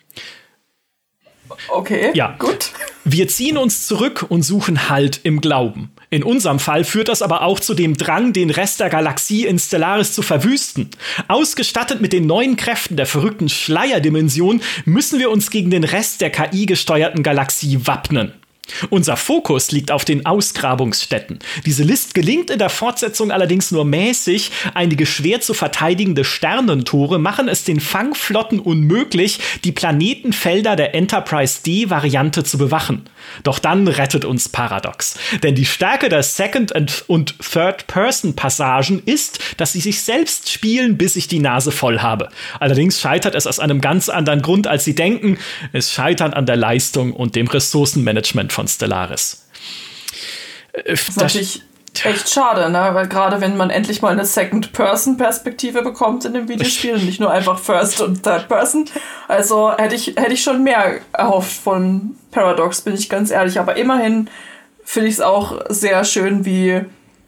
Speaker 2: Okay,
Speaker 1: ja.
Speaker 2: Gut.
Speaker 1: Wir ziehen uns zurück und suchen Halt im Glauben. In unserem Fall führt das aber auch zu dem Drang, den Rest der Galaxie in Stellaris zu verwüsten. Ausgestattet mit den neuen Kräften der verrückten Schleierdimension müssen wir uns gegen den Rest der K I-gesteuerten Galaxie wappnen. Unser Fokus liegt auf den Ausgrabungsstätten. Diese List gelingt in der Fortsetzung allerdings nur mäßig. Einige schwer zu verteidigende Sternentore machen es den Fangflotten unmöglich, die Planetenfelder der Enterprise D-Variante zu bewachen. Doch dann rettet uns Paradox. Denn die Stärke der Second- und Third-Person-Passagen ist, dass sie sich selbst spielen, bis ich die Nase voll habe. Allerdings scheitert es aus einem ganz anderen Grund, als sie denken. Es scheitert an der Leistung und dem Ressourcenmanagement von Stellaris.
Speaker 2: Das ist natürlich echt schade, ne? Weil gerade wenn man endlich mal eine Second-Person-Perspektive bekommt in dem Videospiel und nicht nur einfach First- und Third-Person. Also hätte ich, hätte ich schon mehr erhofft von Paradox, bin ich ganz ehrlich. Aber immerhin finde ich es auch sehr schön, wie,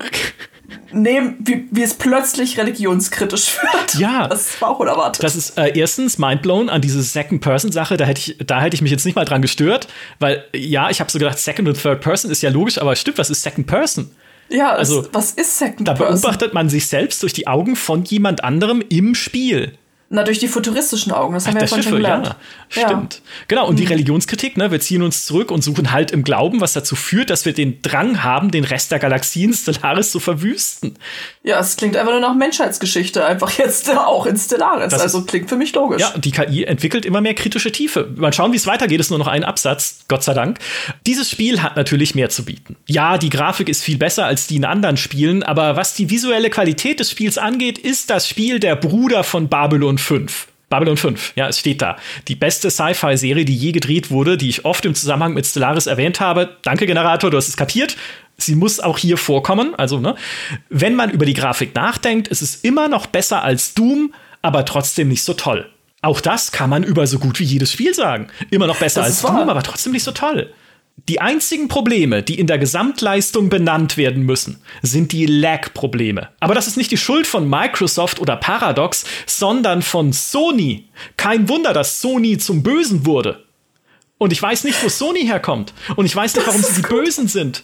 Speaker 2: nehm, wie, wie es plötzlich religionskritisch wird.
Speaker 1: Ja.
Speaker 2: Das war auch unerwartet.
Speaker 1: Das ist äh, erstens mindblown an diese Second-Person-Sache. Da hätte ich, da hätte ich mich jetzt nicht mal dran gestört. Weil, ja, ich habe so gedacht, Second- und Third-Person ist ja logisch, aber stimmt, was ist Second-Person?
Speaker 2: Ja,
Speaker 1: also,
Speaker 2: es, was ist Second
Speaker 1: da
Speaker 2: Person?
Speaker 1: Da beobachtet man sich selbst durch die Augen von jemand anderem im Spiel.
Speaker 2: Na, durch die futuristischen Augen, das haben
Speaker 1: Ach,
Speaker 2: wir ja vorhin schon gelernt.
Speaker 1: Ja, stimmt. Ja. Genau, und die Religionskritik, ne, wir ziehen uns zurück und suchen halt im Glauben, was dazu führt, dass wir den Drang haben, den Rest der Galaxien Stellaris zu verwüsten.
Speaker 2: Ja, es klingt einfach nur nach Menschheitsgeschichte, einfach jetzt auch in Stellaris.
Speaker 1: Das
Speaker 2: also klingt für mich logisch.
Speaker 1: Ja, die K I entwickelt immer mehr kritische Tiefe. Mal schauen, wie es weitergeht, ist nur noch ein Absatz, Gott sei Dank. Dieses Spiel hat natürlich mehr zu bieten. Ja, die Grafik ist viel besser als die in anderen Spielen, aber was die visuelle Qualität des Spiels angeht, ist das Spiel der Bruder von Babylon fünf. Babylon fünf, ja, es steht da. Die beste Sci-Fi-Serie, die je gedreht wurde, die ich oft im Zusammenhang mit Stellaris erwähnt habe. Danke, Generator, du hast es kapiert. Sie muss auch hier vorkommen. Also, ne? Wenn man über die Grafik nachdenkt, ist es immer noch besser als Doom, aber trotzdem nicht so toll. Auch das kann man über so gut wie jedes Spiel sagen. Immer noch besser als Doom, aber trotzdem nicht so toll. Die einzigen Probleme, die in der Gesamtleistung benannt werden müssen, sind die Lag-Probleme. Aber das ist nicht die Schuld von Microsoft oder Paradox, sondern von Sony. Kein Wunder, dass Sony zum Bösen wurde. Und ich weiß nicht, wo Sony herkommt. Und ich weiß nicht, warum sie die Bösen sind.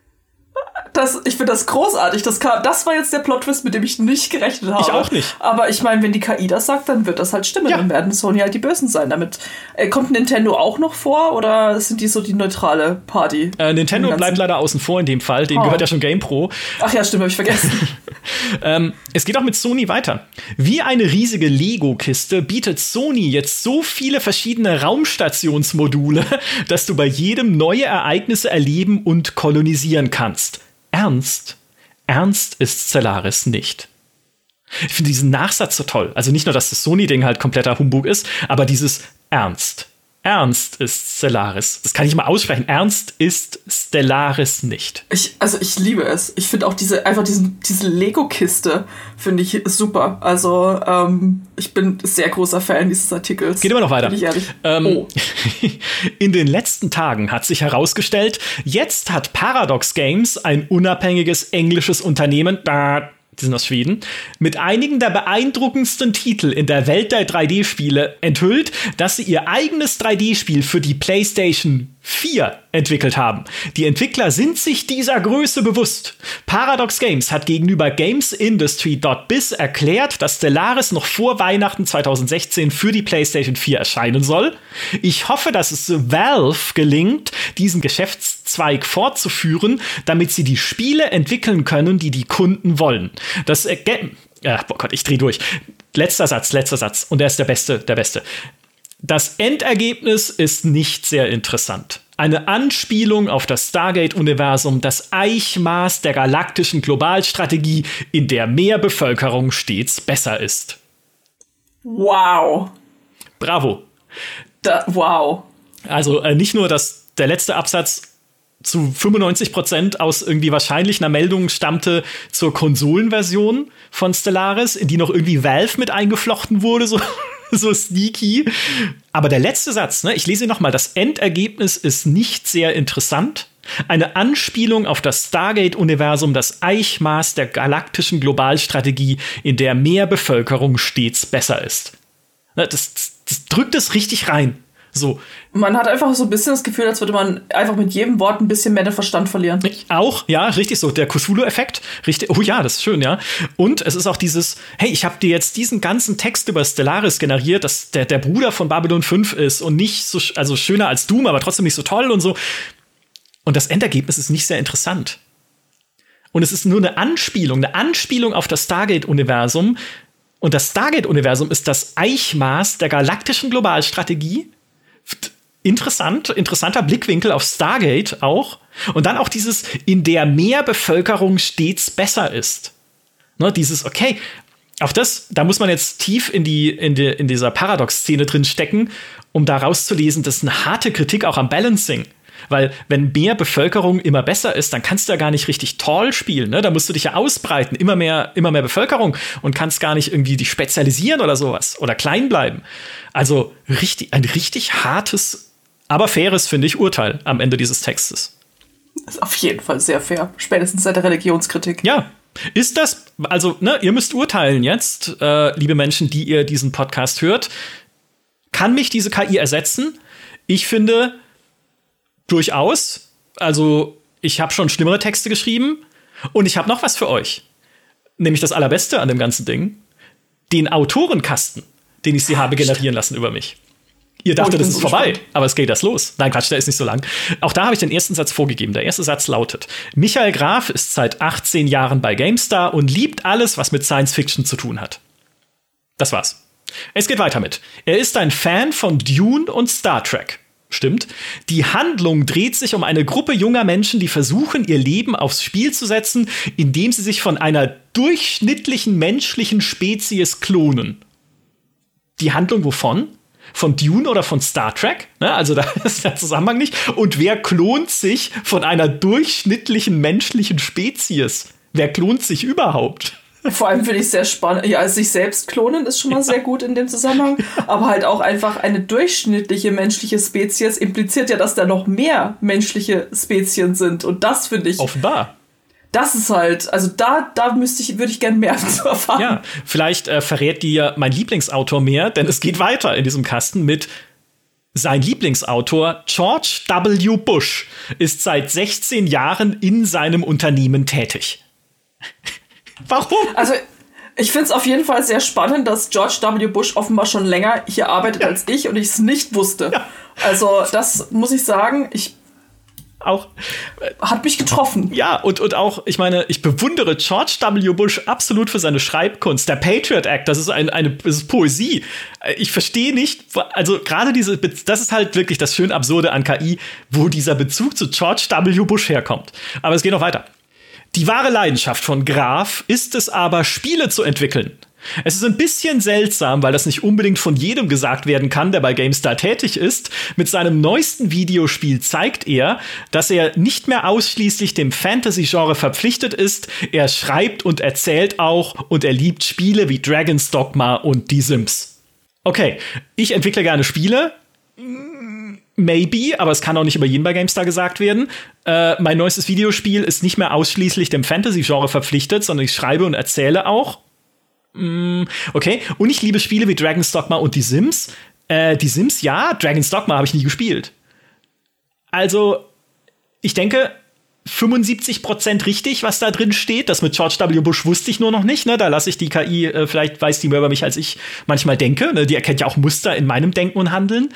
Speaker 2: Das, ich finde das großartig. Das, kam, das war jetzt der Plot-Twist, mit dem ich nicht gerechnet habe.
Speaker 1: Ich auch nicht.
Speaker 2: Aber ich meine, wenn die K I das sagt, dann wird das halt stimmen.
Speaker 1: Ja.
Speaker 2: Dann werden Sony halt die Bösen sein. Damit äh, kommt Nintendo auch noch vor oder sind die so die neutrale Party?
Speaker 1: Äh, Nintendo bleibt leider außen vor in dem Fall. Denen oh. gehört ja schon GamePro.
Speaker 2: Ach ja, stimmt, habe ich vergessen.
Speaker 1: ähm, es geht auch mit Sony weiter. Wie eine riesige Lego-Kiste bietet Sony jetzt so viele verschiedene Raumstationsmodule, dass du bei jedem neue Ereignisse erleben und kolonisieren kannst. Ernst? Ernst ist Stellaris nicht. Ich finde diesen Nachsatz so toll. Also nicht nur, dass das Sony-Ding halt kompletter Humbug ist, aber dieses Ernst. Ernst ist Stellaris. Das kann ich mal aussprechen. Ernst ist Stellaris nicht.
Speaker 2: Ich, also ich liebe es. Ich finde auch diese, einfach diesen, diese Lego-Kiste finde ich super. Also ähm, ich bin sehr großer Fan dieses Artikels.
Speaker 1: Geht immer noch weiter.
Speaker 2: Bin ich ehrlich.
Speaker 1: Ähm,
Speaker 2: oh.
Speaker 1: In den letzten Tagen hat sich herausgestellt, jetzt hat Paradox Games, ein unabhängiges englisches Unternehmen, die sind aus Schweden, mit einigen der beeindruckendsten Titel in der Welt der drei D-Spiele enthüllt, dass sie ihr eigenes drei D-Spiel für die PlayStation vier entwickelt haben. Die Entwickler sind sich dieser Größe bewusst. Paradox Games hat gegenüber gamesindustry Punkt biz erklärt, dass Stellaris noch vor Weihnachten zwanzig sechzehn für die PlayStation vier erscheinen soll. Ich hoffe, dass es Valve gelingt, diesen Geschäftszweig fortzuführen, damit sie die Spiele entwickeln können, die die Kunden wollen. Das äh, ja, oh Gott, ich dreh durch. Letzter Satz, letzter Satz. Und der ist der beste, der beste. Das Endergebnis ist nicht sehr interessant. Eine Anspielung auf das Stargate-Universum, das Eichmaß der galaktischen Globalstrategie, in der mehr Bevölkerung stets besser ist.
Speaker 2: Wow.
Speaker 1: Bravo.
Speaker 2: Da, wow.
Speaker 1: Also äh, nicht nur, dass der letzte Absatz zu fünfundneunzig Prozent aus irgendwie wahrscheinlich einer Meldung stammte zur Konsolenversion von Stellaris, in die noch irgendwie Valve mit eingeflochten wurde, so, so sneaky. Aber der letzte Satz, ne, ich lese ihn nochmal, das Endergebnis ist nicht sehr interessant. Eine Anspielung auf das Stargate-Universum, das Eichmaß der galaktischen Globalstrategie, in der mehr Bevölkerung stets besser ist. Das, das, das drückt es richtig rein. So.
Speaker 2: Man hat einfach so ein bisschen das Gefühl, als würde man einfach mit jedem Wort ein bisschen mehr den Verstand verlieren.
Speaker 1: Ich auch, ja, richtig so. Der Cthulhu-Effekt. Richtig. Oh ja, das ist schön, ja. Und es ist auch dieses, hey, ich habe dir jetzt diesen ganzen Text über Stellaris generiert, dass der, der Bruder von Babylon fünf ist und nicht so, also schöner als Doom, aber trotzdem nicht so toll und so. Und das Endergebnis ist nicht sehr interessant. Und es ist nur eine Anspielung, eine Anspielung auf das Stargate-Universum. Und das Stargate-Universum ist das Eichmaß der galaktischen Globalstrategie. Interessant, interessanter Blickwinkel auf Stargate auch. Und dann auch dieses, in der mehr Bevölkerung stets besser ist. Ne, dieses, okay, auch das, da muss man jetzt tief in, die, in, die, in dieser Paradox-Szene drin stecken, um da rauszulesen, das ist eine harte Kritik auch am Balancing. Weil wenn mehr Bevölkerung immer besser ist, dann kannst du ja gar nicht richtig Tall spielen, ne? Da musst du dich ja ausbreiten, immer mehr, immer mehr Bevölkerung und kannst gar nicht irgendwie dich spezialisieren oder sowas oder klein bleiben. Also richtig, ein richtig hartes, aber faires, finde ich, Urteil am Ende dieses Textes.
Speaker 2: Ist auf jeden Fall sehr fair, spätestens seit der Religionskritik.
Speaker 1: Ja. Ist das, also, ne, ihr müsst urteilen jetzt, äh, liebe Menschen, die ihr diesen Podcast hört. Kann mich diese K I ersetzen? Ich finde, durchaus. Also, ich habe schon schlimmere Texte geschrieben. Und ich habe noch was für euch. Nämlich das Allerbeste an dem ganzen Ding. Den Autorenkasten, den ich sie habe generieren lassen über mich. Ihr dachtet, oh, das ist so vorbei, spannend. Aber es geht das los. Nein, Quatsch, der ist nicht so lang. Auch da habe ich den ersten Satz vorgegeben. Der erste Satz lautet: Michael Graf ist seit achtzehn Jahren bei GameStar und liebt alles, was mit Science Fiction zu tun hat. Das war's. Es geht weiter mit: Er ist ein Fan von Dune und Star Trek. Stimmt. Die Handlung dreht sich um eine Gruppe junger Menschen, die versuchen, ihr Leben aufs Spiel zu setzen, indem sie sich von einer durchschnittlichen menschlichen Spezies klonen. Die Handlung wovon? Von Dune oder von Star Trek? Ne, also da ist der Zusammenhang nicht. Und wer klont sich von einer durchschnittlichen menschlichen Spezies? Wer klont sich überhaupt?
Speaker 2: Vor allem finde ich es sehr spannend. Ja, also sich selbst klonen ist schon mal ja. sehr gut in dem Zusammenhang. Aber halt auch einfach eine durchschnittliche menschliche Spezies impliziert ja, dass da noch mehr menschliche Spezien sind. Und das finde ich...
Speaker 1: Offenbar.
Speaker 2: Das ist halt, also da, da müsste ich, würde ich gerne mehr zu erfahren.
Speaker 1: Ja, vielleicht äh, verrät dir mein Lieblingsautor mehr, denn es geht weiter in diesem Kasten mit: Sein Lieblingsautor George W. Bush ist seit sechzehn Jahren in seinem Unternehmen tätig. Warum?
Speaker 2: Also ich finde es auf jeden Fall sehr spannend, dass George W. Bush offenbar schon länger hier arbeitet ja. als ich und ich es nicht wusste. Ja. Also das muss ich sagen, ich auch hat mich getroffen.
Speaker 1: Ja, und, und auch, ich meine, ich bewundere George W. Bush absolut für seine Schreibkunst. Der Patriot Act, das ist ein, eine das ist Poesie. Ich verstehe nicht, also gerade diese, das ist halt wirklich das schön Absurde an K I, wo dieser Bezug zu George W. Bush herkommt. Aber es geht noch weiter. Die wahre Leidenschaft von Graf ist es aber, Spiele zu entwickeln. Es ist ein bisschen seltsam, weil das nicht unbedingt von jedem gesagt werden kann, der bei GameStar tätig ist. Mit seinem neuesten Videospiel zeigt er, dass er nicht mehr ausschließlich dem Fantasy-Genre verpflichtet ist. Er schreibt und erzählt auch und er liebt Spiele wie Dragon's Dogma und Die Sims. Okay, ich entwickle gerne Spiele. Maybe, aber es kann auch nicht über jeden bei GameStar gesagt werden. Äh, mein neuestes Videospiel ist nicht mehr ausschließlich dem Fantasy-Genre verpflichtet, sondern ich schreibe und erzähle auch. Okay, und ich liebe Spiele wie Dragon's Dogma und Die Sims. Äh, Die Sims, ja, Dragon's Dogma habe ich nie gespielt. Also, ich denke, fünfundsiebzig Prozent richtig, was da drin steht. Das mit George W. Bush wusste ich nur noch nicht. Ne? Da lasse ich die K I, äh, vielleicht weiß die mehr über mich, als ich manchmal denke. Ne? Die erkennt ja auch Muster in meinem Denken und Handeln.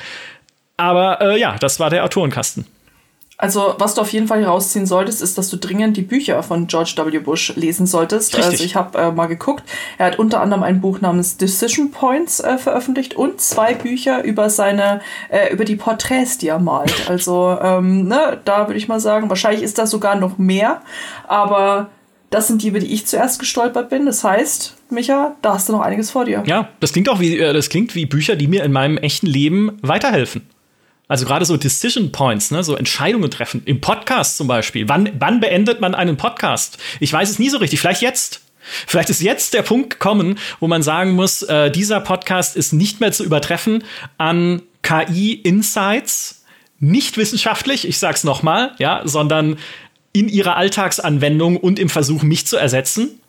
Speaker 1: Aber äh, ja, das war der Autorenkasten.
Speaker 2: Also, was du auf jeden Fall herausziehen solltest, ist, dass du dringend die Bücher von George W. Bush lesen solltest.
Speaker 1: Richtig.
Speaker 2: Also, ich habe äh, mal geguckt. Er hat unter anderem ein Buch namens Decision Points äh, veröffentlicht und zwei Bücher über seine, äh, über die Porträts, die er malt. Also, ähm, ne, da würde ich mal sagen, wahrscheinlich ist das sogar noch mehr. Aber das sind die, über die ich zuerst gestolpert bin. Das heißt, Micha, da hast du noch einiges vor dir.
Speaker 1: Ja, das klingt auch wie, äh, das klingt wie Bücher, die mir in meinem echten Leben weiterhelfen. Also gerade so Decision Points, ne, so Entscheidungen treffen. Im Podcast zum Beispiel. Wann, wann beendet man einen Podcast? Ich weiß es nie so richtig. Vielleicht jetzt. Vielleicht ist jetzt der Punkt gekommen, wo man sagen muss, äh, dieser Podcast ist nicht mehr zu übertreffen an K I-Insights. Nicht wissenschaftlich, ich sag's noch mal, ja, sondern in ihrer Alltagsanwendung und im Versuch, mich zu ersetzen.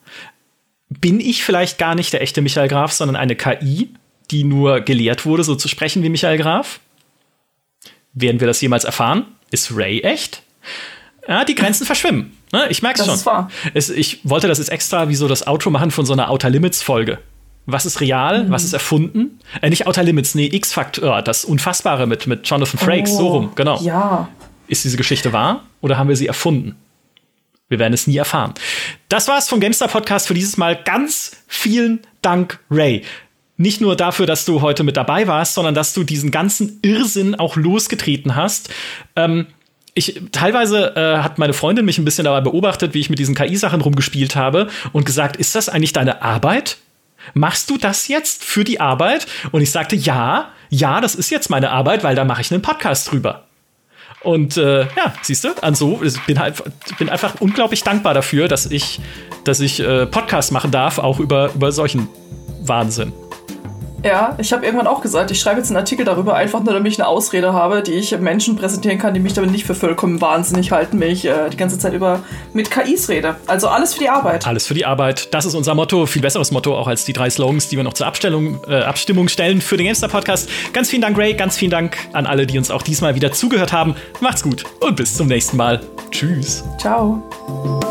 Speaker 1: Bin ich vielleicht gar nicht der echte Michael Graf, sondern eine K I, die nur gelehrt wurde, so zu sprechen wie Michael Graf? Werden wir das jemals erfahren? Ist Ray echt? Ja, die Grenzen verschwimmen. Ne? Ich merke es schon.
Speaker 2: Das ist wahr.
Speaker 1: Es, ich wollte das jetzt extra wie so das Outro machen von so einer Outer Limits-Folge. Was ist real? Mhm. Was ist erfunden? Äh, nicht Outer Limits, nee, X-Factor, das Unfassbare mit, mit Jonathan Frakes, oh, so rum, genau.
Speaker 2: Ja.
Speaker 1: Ist diese Geschichte wahr oder haben wir sie erfunden? Wir werden es nie erfahren. Das war's vom GameStar-Podcast für dieses Mal. Ganz vielen Dank, Ray. Nicht nur dafür, dass du heute mit dabei warst, sondern dass du diesen ganzen Irrsinn auch losgetreten hast. Ähm, ich, teilweise äh, hat meine Freundin mich ein bisschen dabei beobachtet, wie ich mit diesen K I-Sachen rumgespielt habe und gesagt, ist das eigentlich deine Arbeit? Machst du das jetzt für die Arbeit? Und ich sagte, ja, ja, das ist jetzt meine Arbeit, weil da mache ich einen Podcast drüber. Und äh, ja, siehst du, also ich bin halt, bin einfach unglaublich dankbar dafür, dass ich, dass ich äh, Podcasts machen darf, auch über, über solchen Wahnsinn.
Speaker 2: Ja, ich habe irgendwann auch gesagt, ich schreibe jetzt einen Artikel darüber, einfach nur, damit ich eine Ausrede habe, die ich Menschen präsentieren kann, die mich damit nicht für vollkommen wahnsinnig halten, wenn ich äh, die ganze Zeit über mit K Is rede. Also alles für die Arbeit.
Speaker 1: Alles für die Arbeit. Das ist unser Motto. Viel besseres Motto auch als die drei Slogans, die wir noch zur Abstellung, äh, Abstimmung stellen für den GameStar-Podcast. Ganz vielen Dank, Ray. Ganz vielen Dank an alle, die uns auch diesmal wieder zugehört haben. Macht's gut und bis zum nächsten Mal. Tschüss.
Speaker 2: Ciao.